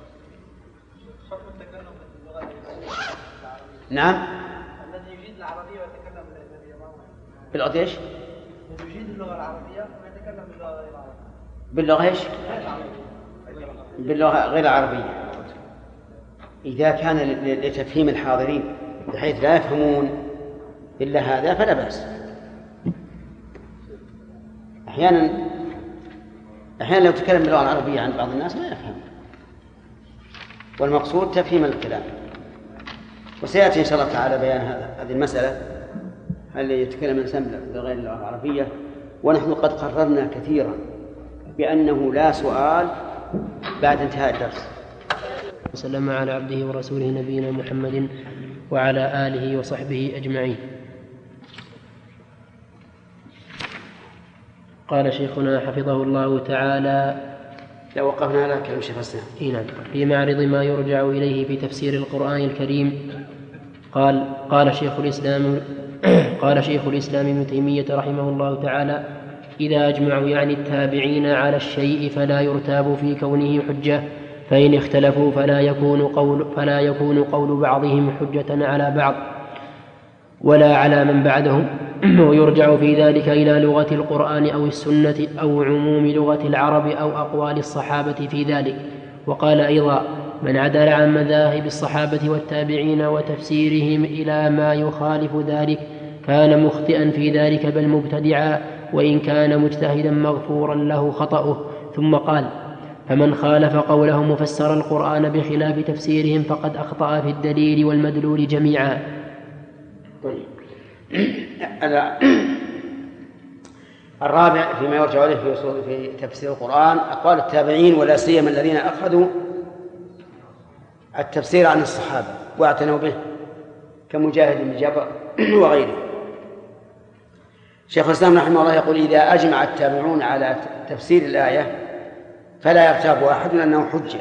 نعم. الذي يجيد العربية ويتكلم باللغة ايش؟ الذي يجيد اللغة العربية ويتكلم باللغة غير العربية. باللغة ايش؟ باللغة غير العربية. إذا كان لتفهيم الحاضرين بحيث لا يفهمون إلا هذا فلا بأس. أحيانا أحيانا لو تكلم باللغة العربية عن بعض الناس ما يفهم، والمقصود تفهيم الكلام. وسيأتي إن شاء الله تعالى بيان هذه المسألة، هل يتكلم الإنسان بغير اللغة العربية. ونحن قد قررنا كثيرا بأنه لا سؤال بعد انتهاء الدرس. وسلم على عبده ورسوله نبينا محمد وعلى آله وصحبه أجمعين. قال شيخنا حفظه الله تعالى: لو وقفنا على كلام شيخ الإسلام في معرض ما يرجع إليه في تفسير القرآن الكريم، قال قال شيخ الإسلام قال شيخ الإسلام ابن تيمية رحمه الله تعالى: إذا أجمعوا يعني التابعين على الشيء فلا يرتاب في كونه حجة، فإن اختلفوا فلا يكون قول فلا يكون قول بعضهم حجة على بعض ولا على من بعدهم. ويرجع في ذلك إلى لغة القرآن أو السنة أو عموم لغة العرب أو أقوال الصحابة في ذلك. وقال أيضا: من عدل عن مذاهب الصحابة والتابعين وتفسيرهم إلى ما يخالف ذلك كان مخطئا في ذلك بل مبتدعا، وإن كان مجتهدا مغفورا له خطأه. ثم قال: فمن خالف قولهم وفسر القرآن بخلاف تفسيرهم فقد أخطأ في الدليل والمدلول جميعا. طيب. الرابع فيما يرجع إليه في في تفسير القرآن أقوال التابعين، ولا سيما الذين أخذوا التفسير عن الصحابة واعتنوا به كمجاهد بن جبر وغيره. شيخ الإسلام رحمه الله يقول: إذا أجمع التابعون على تفسير الآية فلا يرتاب أحد أنه حجة،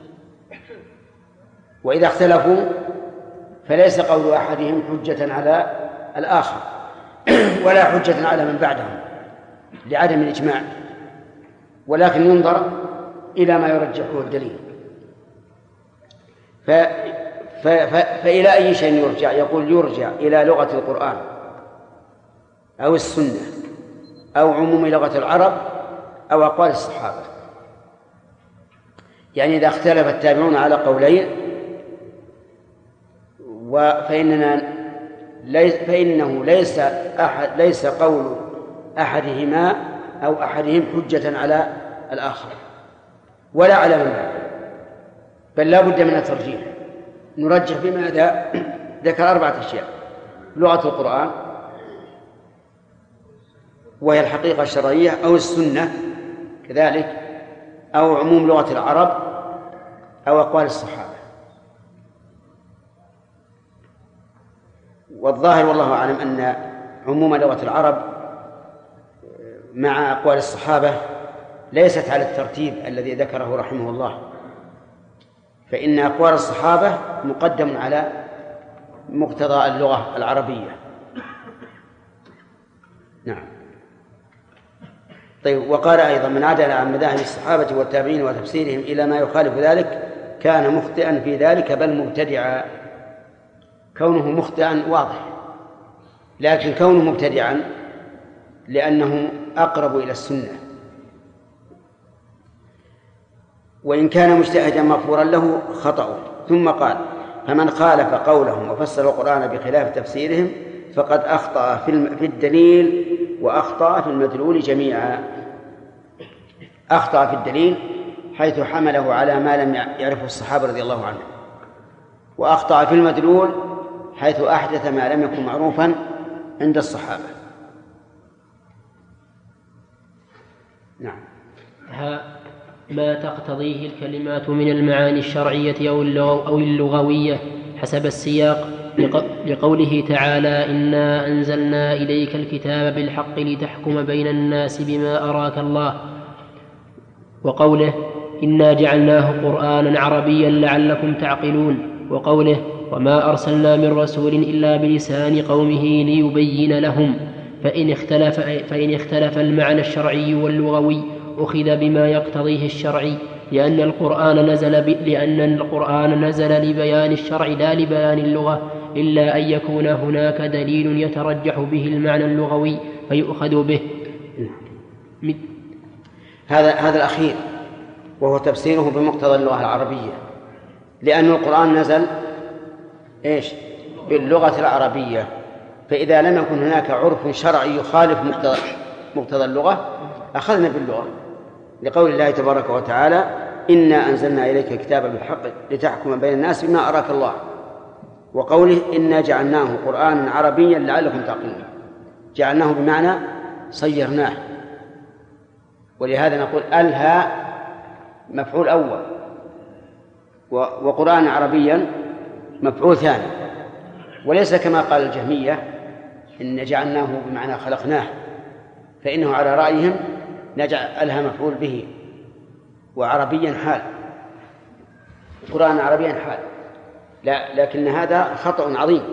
وإذا اختلفوا فليس قول أحدهم حجة على الآخر ولا حجة على من بعدهم لعدم الإجماع، ولكن ينظر إلى ما يرجحه الدليل. ف... ف... فإلى أي شيء يرجع؟ يقول يرجع إلى لغة القرآن أو السنة أو عموم لغة العرب أو أقوال الصحابة. يعني إذا اختلف التابعون على قولين فإننا ليس فإنه ليس أحد ليس قول أحدهما أو أحدهم حجة على الآخر ولا على من بعده، بل لا بد من الترجيح. نرجح بماذا؟ ذكر أربعة أشياء: لغة القرآن وهي الحقيقة الشرعية أو السنة كذلك أو عموم لغة العرب أو أقوال الصحابة. والظاهر والله أعلم أن عموم لغة العرب مع أقوال الصحابة ليست على الترتيب الذي ذكره رحمه الله، فإن أقوال الصحابة مقدم على مقتضى اللغة العربية. نعم. طيب، وقال أيضا: من عدل عن مذاهب الصحابة والتابعين وتفسيرهم إلى ما يخالف ذلك كان مخطئا في ذلك بل مبتدعا. كونه مخطئا واضح، لكن كونه مبتدعا لأنه أقرب إلى السنة، وإن كان مجتهدا مغفورا له خطأه. ثم قال: فمن خالف قولهم وفسر القرآن بخلاف تفسيرهم فقد أخطأ في الدليل وأخطأ في المدلول جميعا. أخطأ في الدليل حيث حمله على ما لم يعرفه الصحابة رضي الله عنهم، وأخطأ في المدلول حيث أحدث ما لم يكن معروفا عند الصحابة. نعم. ما تقتضيه الكلمات من المعاني الشرعية أو اللغوية حسب السياق، لقوله تعالى: إنا أنزلنا إليك الكتاب بالحق لتحكم بين الناس بما أراك الله، وقوله: إنا جعلناه قرآنا عربيا لعلكم تعقلون، وقوله: وما أرسلنا من رسول إلا بلسان قومه ليبين لهم. فإن اختلف, فإن اختلف المعنى الشرعي واللغوي أخذ بما يقتضيه الشرعي، لأن القرآن نزل, ب... لأن القرآن نزل لبيان الشرع لا لبيان اللغة، إلا أن يكون هناك دليل يترجح به المعنى اللغوي فيؤخذ به. هذا هذا الأخير وهو تفسيره بمقتضى اللغة العربية، لأن القرآن نزل إيش؟ باللغة العربية، فإذا لم يكن هناك عرف شرعي يخالف مقتضى مقتضى اللغة أخذنا باللغة، لقول الله تبارك وتعالى: إنا أنزلنا إليك الكتاب بالحق لتحكم بين الناس بما أراك الله، وقوله: إنا جعلناه قرآنا عربيا لعلكم تعقلون. جعلناه بمعنى صيرناه، ولهذا نقول ألها مفعول أول، وقرآن عربيا مفعول ثاني، وليس كما قال الجهمية إن جعلناه بمعنى خلقناه، فإنه على رأيهم نجعلها مفعول به وعربيا حال، قرآن عربيا حال، لا، لكن هذا خطأ عظيم.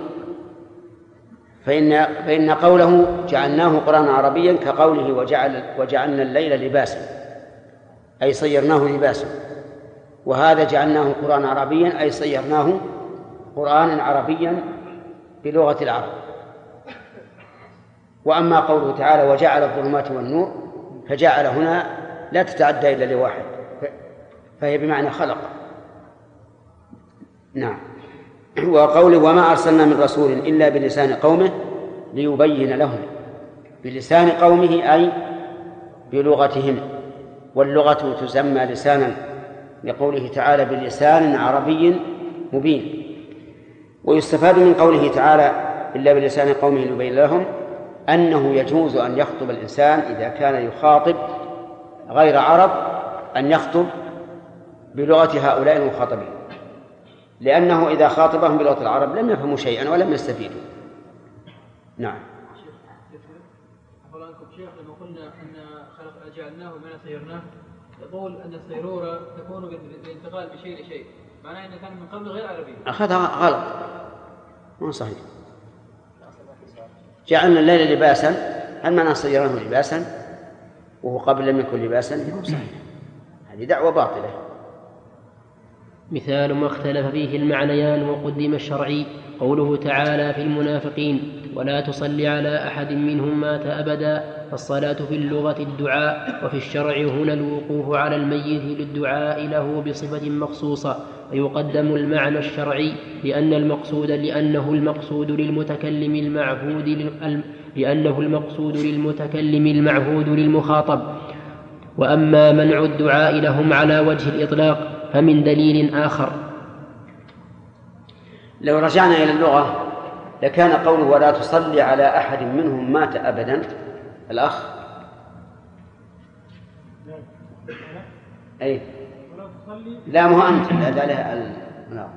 فإن, فإن قوله جعلناه قرآن عربيا كقوله وجعل وجعلنا الليل لباسا، أي صيرناه لباسا، وهذا جعلناه قرآن عربيا أي صيرناه قرآنا عربيا بلغة العرب. وأما قوله تعالى وجعل الظلمات والنور، فجعل هنا لا تتعدى إلا لواحد، فهي بمعنى خلق. نعم. وقوله وما أرسلنا من رسول إلا بلسان قومه ليبين لهم، بلسان قومه أي بلغتهم، واللغة تسمى لسانا، لقوله تعالى بلسان عربي مبين. ويستفاد من قوله تعالى إلا بلسان قومه ليبين لهم أنه يجوز أن يخطب الإنسان إذا كان يخاطب غير عرب أن يخطب بلغة هؤلاء المخاطبين، لأنه إذا خاطبهم بلغة العرب لم يفهموا شيئا ولم يستفيدوا. نعم. أخبرناكم شيخ لما قلنا أن خلق جعلناه بمعنى صيرناه، يقول أن الصيرورة تكون بالانتقال بشيء لشيء، معناه أنه كان من قبل غير عربي. أخذها غلط، مو صحيح. جعلنا الليل لباسا، هل معنى صيرناه لباسا وهو قبل لم يكن لباسا؟ مو صحيح، هذه دعوة باطلة. مثال ما اختلف فيه المعنيان وقدم الشرعي قوله تعالى في المنافقين ولا تصل على أحد منهم مات أبدا. فالصلاة في اللغة الدعاء، وفي الشرع هنا الوقوف على الميت للدعاء له بصفة مخصوصة، ويقدم المعنى الشرعي لأن المقصود لأنه المقصود للمتكلم المعهود لأنه المقصود للمتكلم المعهود للمخاطب. وأما منع الدعاء لهم على وجه الإطلاق فمن دليل آخر. لو رجعنا إلى اللغة لكان قوله ولا تصلي على أحد منهم مات أبدا. الأخ أي لا مو أنت لا عليها ال... لا.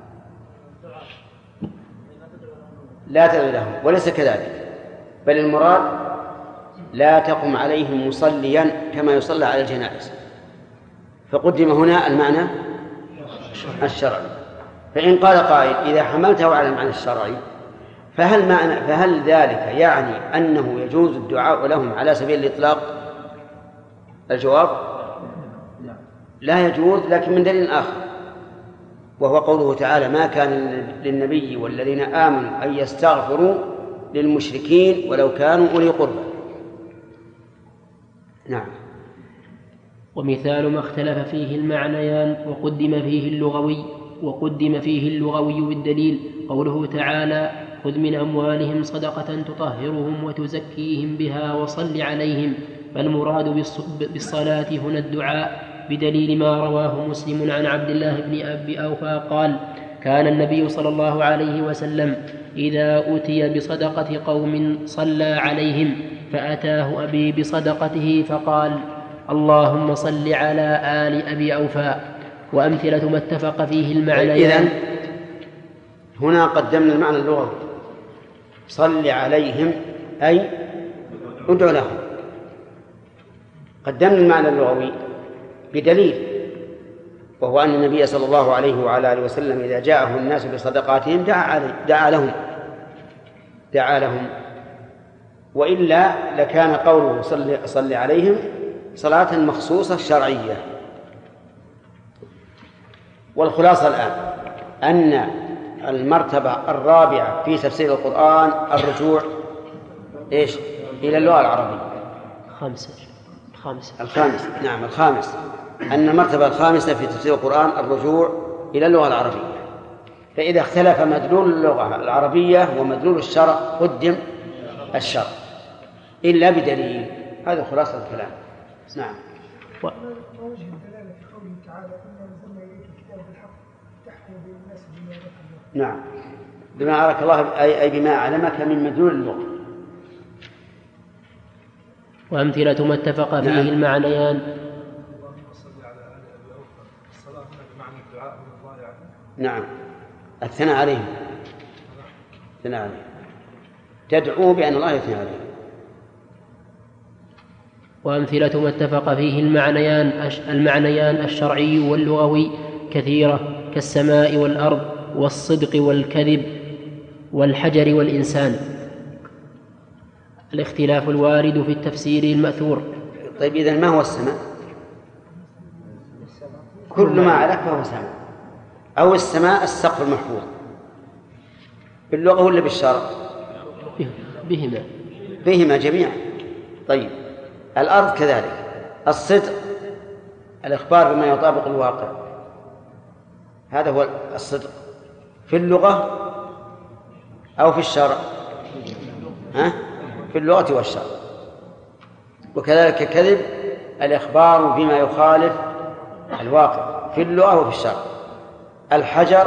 لا تدعو لهم وليس كذلك، بل المراد لا تقم عليهم مصليا كما يصلى على الجنائز، فقدم هنا المعنى الشرعي. فإن قال قائل إذا حملته على المعنى الشرعي فهل, معنى فهل ذلك يعني أنه يجوز الدعاء لهم على سبيل الإطلاق؟ الجواب لا يجوز، لكن من دليل آخر، وهو قوله تعالى ما كان للنبي والذين آمنوا أن يستغفروا للمشركين ولو كانوا أولي قربى. نعم. ومثال ما اختلف فيه المعنيان وقدم فيه اللغوي وقدم فيه اللغوي بالدليل قوله تعالى خذ من أموالهم صدقة تطهرهم وتزكيهم بها وصل عليهم. فالمراد بالصلاة هنا الدعاء بدليل ما رواه مسلم عن عبد الله بن أبي أوفى قال كان النبي صلى الله عليه وسلم إذا أتي بصدقة قوم صلى عليهم فأتاه أبي بصدقته فقال اللهم صل على آل أبي أوفى. وأمثلة ما اتفق فيه المعنيان. إذن هنا قدمنا المعنى اللغوي صل عليهم أي ادعو لهم، قدمنا المعنى اللغوي بدليل، وهو أن النبي صلى الله عليه وعلى آله وسلم إذا جاءه الناس بصدقاتهم دعا, دعا لهم دعا لهم وإلا لكان قوله صل, صل عليهم صلاة مخصوصة شرعية. والخلاصة الآن أن المرتبة الرابعة في تفسير القرآن الرجوع إيش إلى اللغة العربية. خمسة خمسة الخامس نعم الخامس أن المرتبة الخامسة في تفسير القرآن الرجوع إلى اللغة العربية. فإذا اختلف مدلول اللغة العربية ومدلول الشرع قدم الشرع إلا بدليل. هذا خلاصة الكلام. نعم. و... وجه الدلالة في قوله تعالى إنا أنزلنا إليك الكتاب بالحق تحكم بين الناس بما أراك الله. نعم بما أراك الله أي بما علمك من مدلول اللغة. وأمثلة ما اتفق فيه نعم. المعنيان. نعم الثناء عليهم الثناء عليهم تدعو بأن الله يثنى عليهم. وأمثلة ما اتفق فيه المعنيان المعنيان الشرعي واللغوي كثيرة كالسماء والأرض والصدق والكذب والحجر والإنسان. الاختلاف الوارد في التفسير المأثور. طيب إذن ما هو السماء؟ كل ما عليك فهو سماء، أو السماء السقف المحفوظ باللغة ولا بالشرع؟ بهما بهما جميعا. طيب الأرض كذلك. الصدق الإخبار بما يطابق الواقع، هذا هو الصدق في اللغة أو في الشرع؟ ها؟ في اللغة والشرع. وكذلك الكذب الإخبار بما يخالف الواقع في اللغة وفي الشرع. الحجر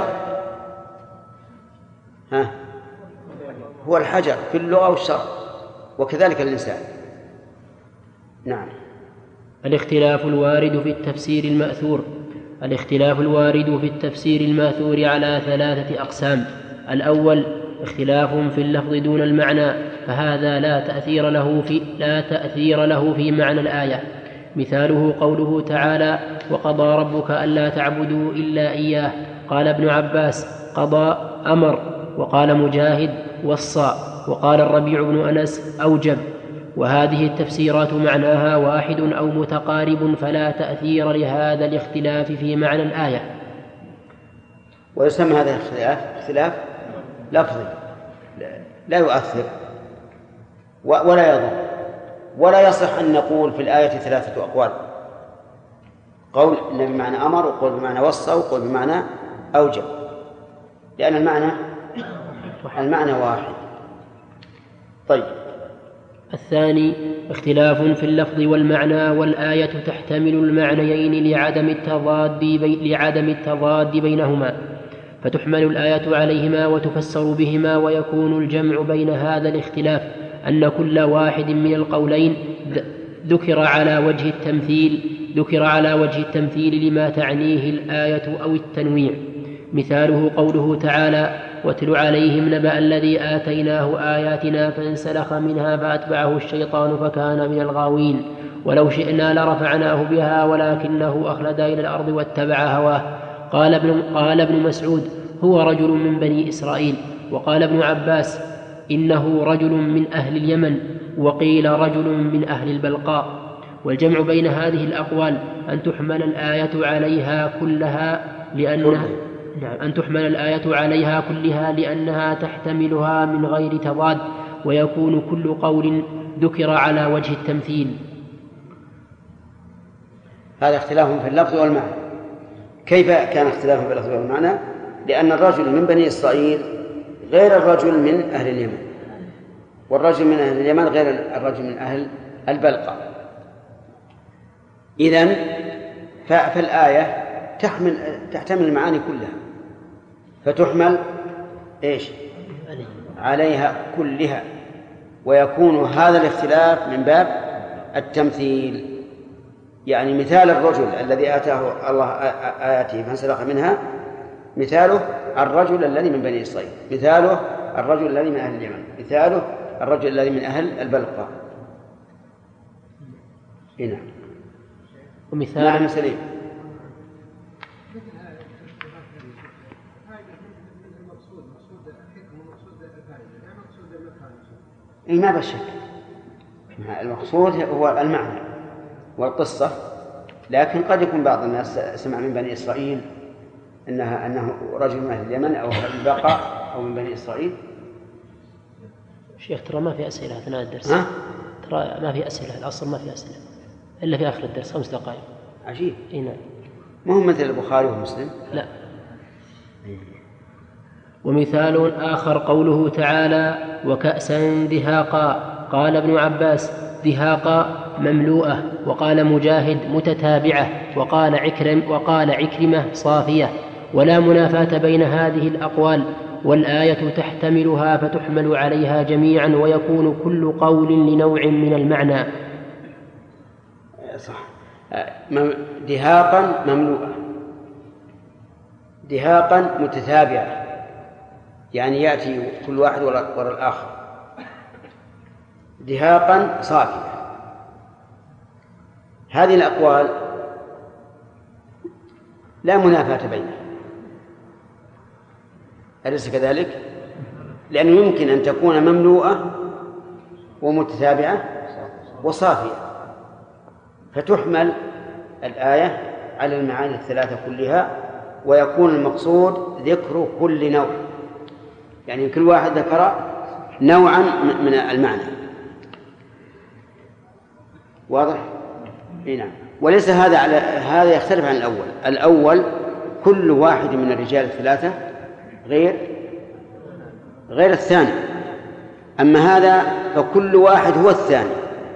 ها هو الحجر في اللغة والشرع، وكذلك الإنسان. نعم. الاختلاف الوارد في التفسير المأثور. الاختلاف الوارد في التفسير المأثور على ثلاثة أقسام. الأول اختلاف في اللفظ دون المعنى، فهذا لا تأثير له في لا تأثير له في معنى الآية. مثاله قوله تعالى وقضى ربك ألا تعبدوا إلا إياه. قال ابن عباس قضى أمر، وقال مجاهد وصى، وقال الربيع بن أنس أوجب. وهذه التفسيرات معناها واحد أو متقارب، فلا تأثير لهذا الاختلاف في معنى الآية. ويسمى هذا الاختلاف اختلاف لفظي لا يؤثر ولا يضر، ولا يصح أن نقول في الآية ثلاثة أقوال، قول إن بمعنى أمر، وقول بمعنى وصى، وقول بمعنى أوجب، لأن المعنى المعنى واحد. طيب. الثاني اختلاف في اللفظ والمعنى، والآية تحتمل المعنيين لعدم التضاد بي... لعدم التضاد بينهما، فتحمل الآية عليهما وتفسر بهما، ويكون الجمع بين هذا الاختلاف أن كل واحد من القولين ذكر على وجه التمثيل ذكر على وجه التمثيل لما تعنيه الآية أو التنويع. مثاله قوله تعالى: واتل عليهم نبأ الذي آتيناه آياتنا فانسلخ منها فأتبعه الشيطان فكان من الغاوين ولو شئنا لرفعناه بها ولكنه أخلد إلى الأرض واتبع هواه. قال ابن, قال ابن مسعود: هو رجل من بني إسرائيل. وقال ابن عباس: إنه رجل من أهل اليمن. وقيل رجل من أهل البلقاء. والجمع بين هذه الأقوال أن تحمل الآية عليها كلها لأنها نعم أن تحمل الآية عليها كلها لأنها تحتملها من غير تضاد، ويكون كل قول ذكر على وجه التمثيل. هذا اختلاف في اللفظ والمعنى. كيف كان اختلاف في اللفظ والمعنى؟ لأن الرجل من بني إسرائيل غير الرجل من أهل اليمن، والرجل من أهل اليمن غير الرجل من أهل البلقاء. إذن فالآية تحمل تحتمل المعاني كلها، فتحمل إيش؟ عليها كلها، ويكون هذا الاختلاف من باب التمثيل. يعني مثال الرجل الذي آتاه الله آياته فانسلخ منها مثاله الرجل الذي من بني إسرائيل، مثاله الرجل الذي من أهل اليمن، مثاله الرجل الذي من أهل البلقاء. هنا ومثال نعم سليم. إيه ما بشك، المقصود هو المعنى والقصة، لكن قد يكون بعض الناس سمع من بني إسرائيل أنها أنه رجل من أهل اليمن أو أهل البقاء أو من بني إسرائيل. شيخ ترى ما في أسئلة أثناء الدرس. ها؟ ترى ما في أسئلة، الأصل ما في أسئلة إلا في آخر الدرس خمس دقائق. عجيب. إيه نعم. ما هو مثل البخاري ومسلم. لا. ومثال آخر قوله تعالى: وكأسا دهاقا. قال ابن عباس: دهاقا مملوءة. وقال مجاهد: متتابعة. وقال عكرم وقال عكرمة: صافية. ولا منافاة بين هذه الأقوال، والآية تحتملها فتحمل عليها جميعا، ويكون كل قول لنوع من المعنى. صح. دهاقا مملوءة، دهاقا متتابعة، يعني يأتي كل واحد وراء الآخر. دهاقا صافية. هذه الأقوال لا منافاة بينها، أليس كذلك؟ لأنه يمكن أن تكون مملوءة ومتتابعة وصافية، فتحمل الآية على المعاني الثلاثة كلها، ويكون المقصود ذكر كل نوع، يعني كل واحد ذكر نوعا من المعنى. واضح؟ نعم. وليس هذا على هذا يختلف عن الأول. الأول كل واحد من الرجال الثلاثة غير غير الثاني، أما هذا فكل واحد هو الثاني،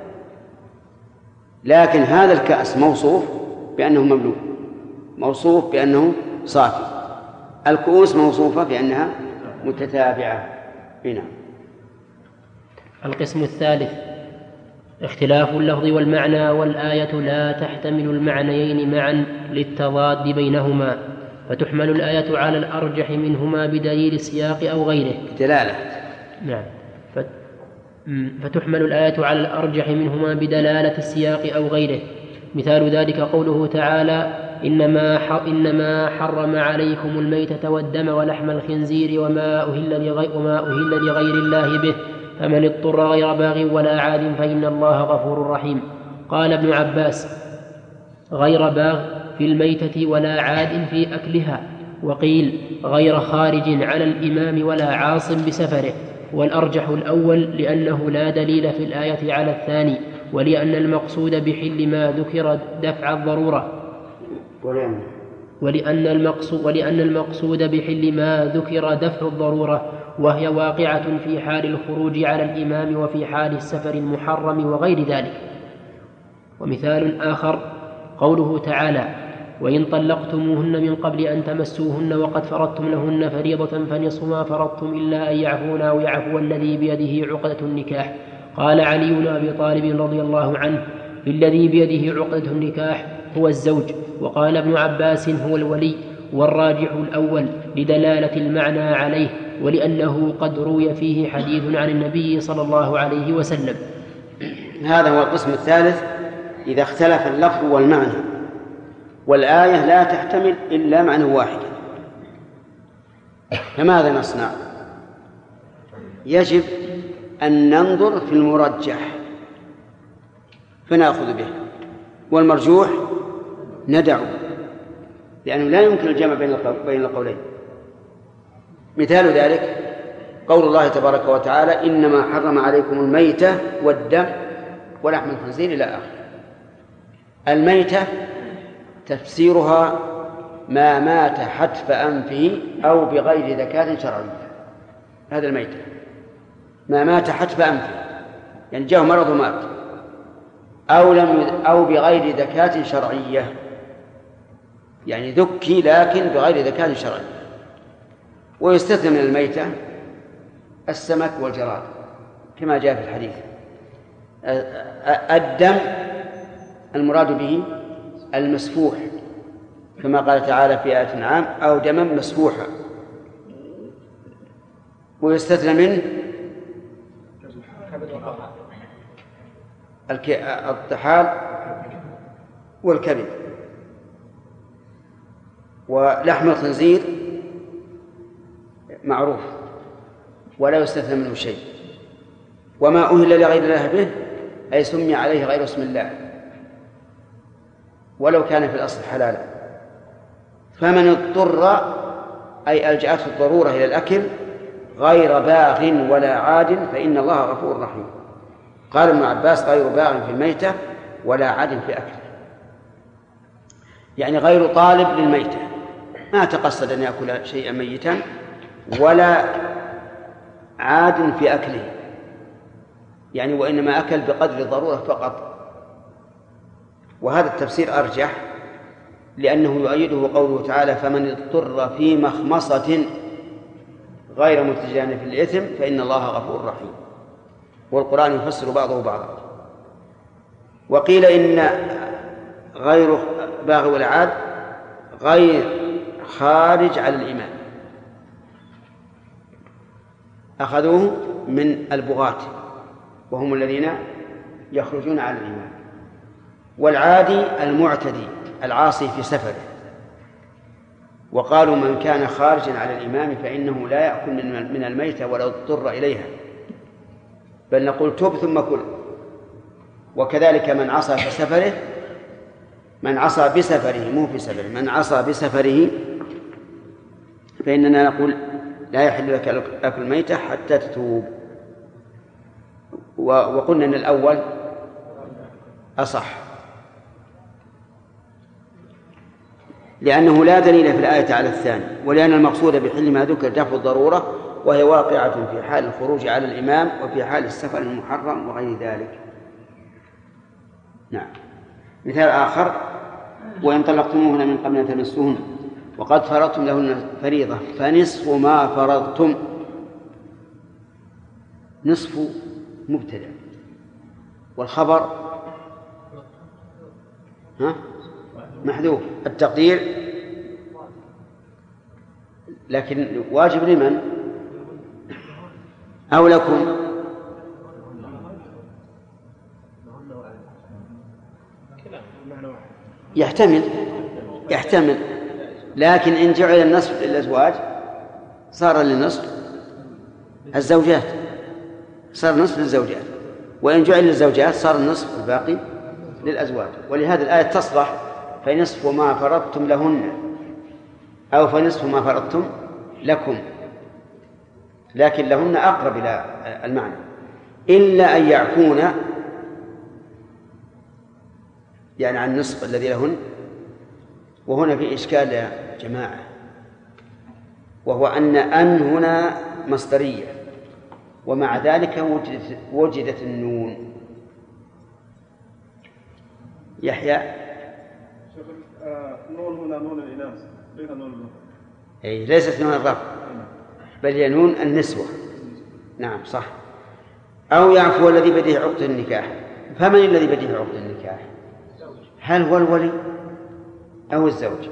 لكن هذا الكأس موصوف بأنه مملوء، موصوف بأنه صافي. الكؤوس موصوفة بأنها متتابعة. هنا القسم الثالث اختلاف اللفظ والمعنى، والآية لا تحتمل المعنيين معا للتضاد بينهما، فتحمل الآية على الأرجح منهما بدليل السياق أو غيره. دلالة. نعم. فتحمل الآية على الأرجح منهما بدلالة السياق أو غيره. مثال ذلك قوله تعالى: إنما إنما حرم عليكم الميتة والدم ولحم الخنزير وما أهل لغير, وما أهل لغير الله به، فمن اضطر غير باغ ولا عاد فإن الله غفور رحيم. قال ابن عباس: غير باغ في الميتة ولا عاد في أكلها، وقيل غير خارج على الإمام ولا عاص بسفره، والأرجح الأول لأنه لا دليل في الآية على الثاني، ولأن المقصود بحل ما ذكر دفع الضرورة ولأن المقصود, ولأن المقصود بحل ما ذكر دفع الضرورة، وهي واقعة في حال الخروج على الإمام وفي حال السفر المحرم وغير ذلك. ومثال آخر قوله تعالى: وإن طلقتموهن من قبل أن تمسوهن وقد فرضتم لهن فريضة فنصف ما فرضتم إلا أن يعفون أو يعفو الذي بيده عقدة النكاح. قال علي بن أبي طالب رضي الله عنه: الذي بيده عقدة النكاح هو الزوج. وقال ابن عباس: هو الولي. والراجح الأول لدلالة المعنى عليه، ولأنه قد روي فيه حديث عن النبي صلى الله عليه وسلم. هذا هو القسم الثالث، إذا اختلف اللفظ والمعنى والآية لا تحتمل إلا معنى واحد، فماذا نصنع؟ يجب أن ننظر في المرجح فنأخذ به، والمرجوح ندعه، لأنه لا يمكن الجمع بين القولين. مثال ذلك قول الله تبارك وتعالى: إنما حرم عليكم الميتة والدم ولحم الخنزير إلى آخره. الميتة تفسيرها ما مات حتف أنفه أو بغير زكاة شرعية، هذا الميتة ما مات حتف أنفه، يعني جاءه مرض ومات، أو لم أو بغير زكاة شرعية، يعني ذكي لكن بغير زكاة شرعية. ويستثنى من الميتة السمك والجراد كما جاء في الحديث. الدم المراد به المسفوح كما قال تعالى في آية الأنعام: أو دما مسفوحا. ويستثنى منه الطحال والكبد. ولحم الخنزير معروف ولا يستثنى منه شيء. وما أهل لغير الله به أي سمي عليه غير اسم الله ولو كان في الأصل حلالا. فمن اضطر أي ألجأته الضرورة إلى الأكل غير باغ ولا عاد فإن الله غفور رحيم. قال ابن عباس: غير باغ في الميتة ولا عاد في أكله، يعني غير طالب للميتة، ما تقصد أن يأكل شيئا ميتا، ولا عاد في أكله، يعني وإنما أكل بقدر الضرورة فقط. وهذا التفسير أرجح، لأنه يؤيده قوله تعالى: فمن اضطر في مخمصة غير متجانف للإثم فإن الله غفور رحيم. والقرآن يفسر بعضه بعضا. وقيل إن غير باغ ولا عاد غير خارج على الإمام، أخذوه من البغاة وهم الذين يخرجون على الإمام. والعادي المعتدي العاصي في سفره. وقالوا: من كان خارجا على الإمام فإنه لا يأكل من الميتة ولا اضطر إليها، بل نقول: تب ثم كل. وكذلك من عصى في سفره، من عصى بسفره مو في سفره، من عصى بسفره فإننا نقول: لا يحل لك أكل الميتة حتى تتوب. وقلنا أن الأول أصح، لأنه لا دليل في الآية على الثاني، ولأن المقصود بحل ما ذكر دفع الضرورة، وهي واقعة في حال الخروج على الإمام وفي حال السفر المحرم وغير ذلك. نعم. مثال آخر: وإن طلقتموهن من قبل أن تمسوهن وقد فرضتم لهن فريضة فنصف ما فرضتم. نصف مبتدأ والخبر ها محذوف، التقدير لكن واجب لمن؟ أو لكم؟ يحتمل يحتمل لكن إن جعل النصف للأزواج صار للنصف الزوجات، صار نصف للزوجات، وإن جعل للزوجات صار النصف الباقي للأزواج. ولهذا الآية تصلح: فنصف ما فرضتم لهن أو فنصف ما فرضتم لكم، لكن لهن أقرب إلى المعنى، إلا أن يعفون يعني عن النصف الذي لهن. وهنا في إشكال يا جماعة، وهو أن أن هنا مصدرية، ومع ذلك وجدت, وجدت النون. يحيى نون هنا نون الإناث ليس نون الرفع. أي ليست نون الرفع بل هي نون النسوة. نعم صح. أو يعفو الذي بيده عقد النكاح. فمن الذي بيده عقد النكاح؟ هل هو الولي أو الزوج؟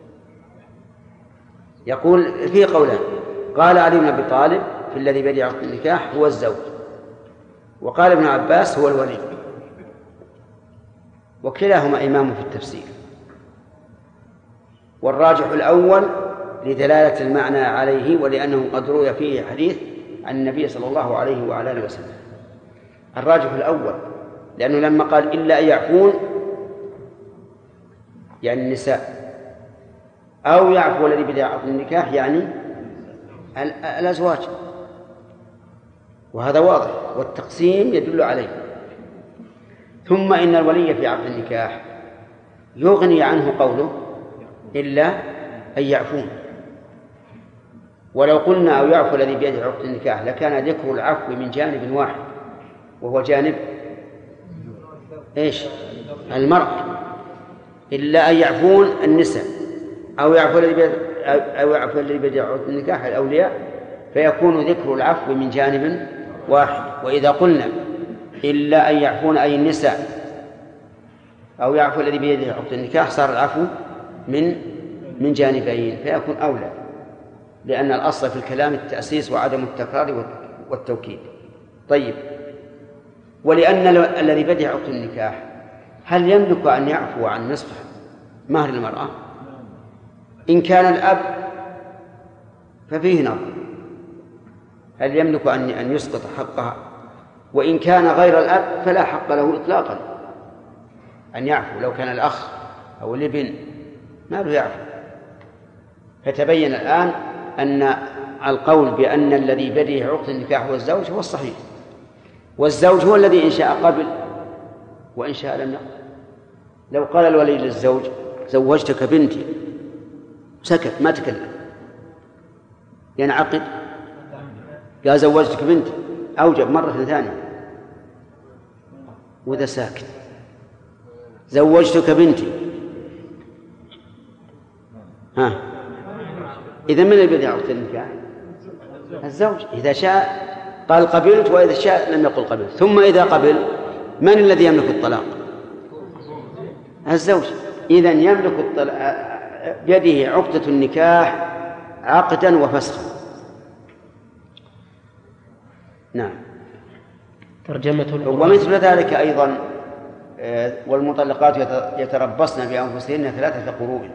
يقول فيه قولان. قال علي بن أبي طالب في الذي بيده عقد النكاح هو الزوج، وقال ابن عباس هو الولي، وكلاهما إمام في التفسير. والراجح الأول لدلالة المعنى عليه، ولأنه قد روي فيه حديث عن النبي صلى الله عليه وعلى آله وسلم. الراجح الأول لأنه لما قال إلا أن يعفون يعني النساء، أو يعفو الذي بيده عقد النكاح يعني الأزواج، وهذا واضح والتقسيم يدل عليه. ثم إن الولي في عقد النكاح يغني عنه قوله إلا أن يعفون. ولو قلنا أو يعفو الذي بيده عقد النكاح لكان ذكر العفو من جانب واحد، وهو جانب إيش؟ المرأة. إلا أن يعفون النساء أو يعفو الذي بيده أو يعفو الذي بيده عقد النكاح الأولياء، فيكون ذكر العفو من جانب واحد. وإذا قلنا إلا أن يعفون أي النساء أو يعفو الذي بيده عقد النكاح صار العفو من من جانبين، فيكون أولى، لأن الأصل في الكلام التأسيس وعدم التكرار والتوكيد. طيب، ولأن الذي بيده عقد النكاح هل يملك أن يعفو عن نصف مهر المرأة؟ إن كان الأب ففيه نظر، هل يملك أن أن يسقط حقها؟ وإن كان غير الأب فلا حق له إطلاقا أن يعفو. لو كان الأخ أو الابن ما له يعفو. فتبين الآن أن القول بأن الذي بيده عقد النكاح هو الزوج هو الصحيح، والزوج هو الذي إن شاء قبل وإن شاء لم يقبل. لو قال الولي للزوج زوجتك بنتي سكت ما تكلم ينعقد، قال زوجتك بنتي أوجب مرة ثانية، وإذا ساكت زوجتك بنتي ها إذا من اللي بيده عقد النكاح؟ الزوج. إذا شاء قال قبلت، وإذا شاء لم يقل قبلت. ثم إذا قبل من الذي يملك الطلاق؟ الزوج. إذن يملك الطلاق بيده عقدة النكاح عقدا وفسخا. نعم. ترجمة ومثل ذلك أيضا والمطلقات يتربصن بأنفسهن ثلاثة قروء.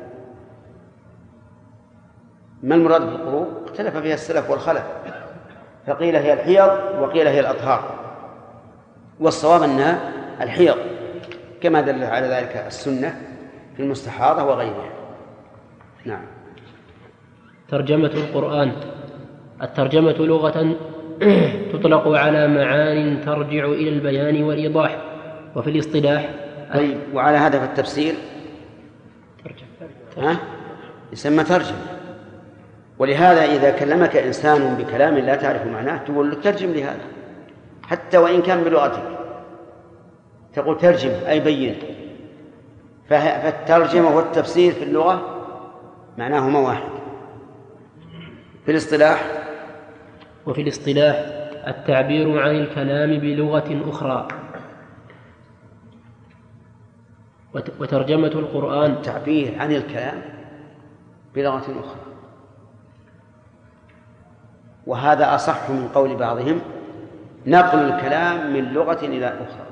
ما المراد بالقروء؟ اختلف فيها السلف والخلف، فقيل هي الحيض وقيل هي الأطهار، والصواب أنها الحيض كما دل على ذلك السنة في المستحاضة وغيرها. نعم. ترجمة القرآن. الترجمة لغة تطلق على معان ترجع إلى البيان والإيضاح، وفي الاصطلاح. طيب، وعلى هذا في التفسير ها؟ يسمى ترجمة. ولهذا إذا كلمك إنسان بكلام لا تعرف معناه تقول له ترجم لهذا، حتى وإن كان بلغتك تقول ترجم أي بين. فالترجمة والتفسير في اللغة معناهما واحد. في الاصطلاح وفي الاصطلاح التعبير عن الكلام بلغة أخرى. وترجمة القرآن التعبير عن الكلام بلغة أخرى، وهذا أصح من قول بعضهم نقل الكلام من لغة إلى أخرى،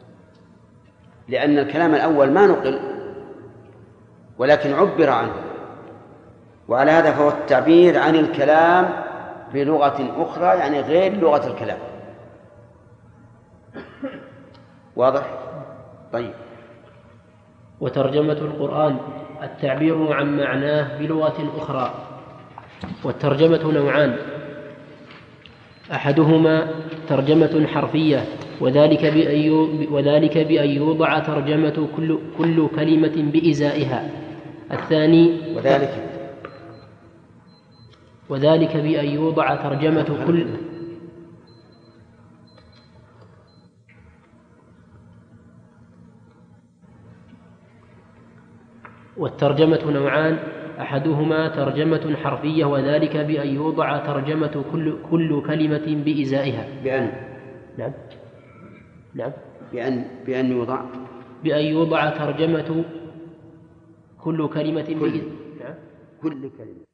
لأن الكلام الأول ما نقل ولكن عبر عنه. وعلى هذا فهو التعبير عن الكلام بلغة أخرى، يعني غير لغة الكلام. واضح؟ طيب. وترجمة القرآن التعبير عن معناه بلغة أخرى. والترجمة نوعان: أحدهما ترجمة حرفية وذلك بأن وذلك بأن يوضع ترجمة كل كل كلمة بإزائها. الثاني وذلك وذلك بأن يوضع ترجمة كل والترجمة نوعان: أحدهما ترجمة حرفية وذلك بأن يوضع ترجمة كل كل كلمة بإزائها. بأن نعم نعم بأن بأن يوضع بأن يوضع ترجمة كل كلمة كل, بإز... نعم كل كلمة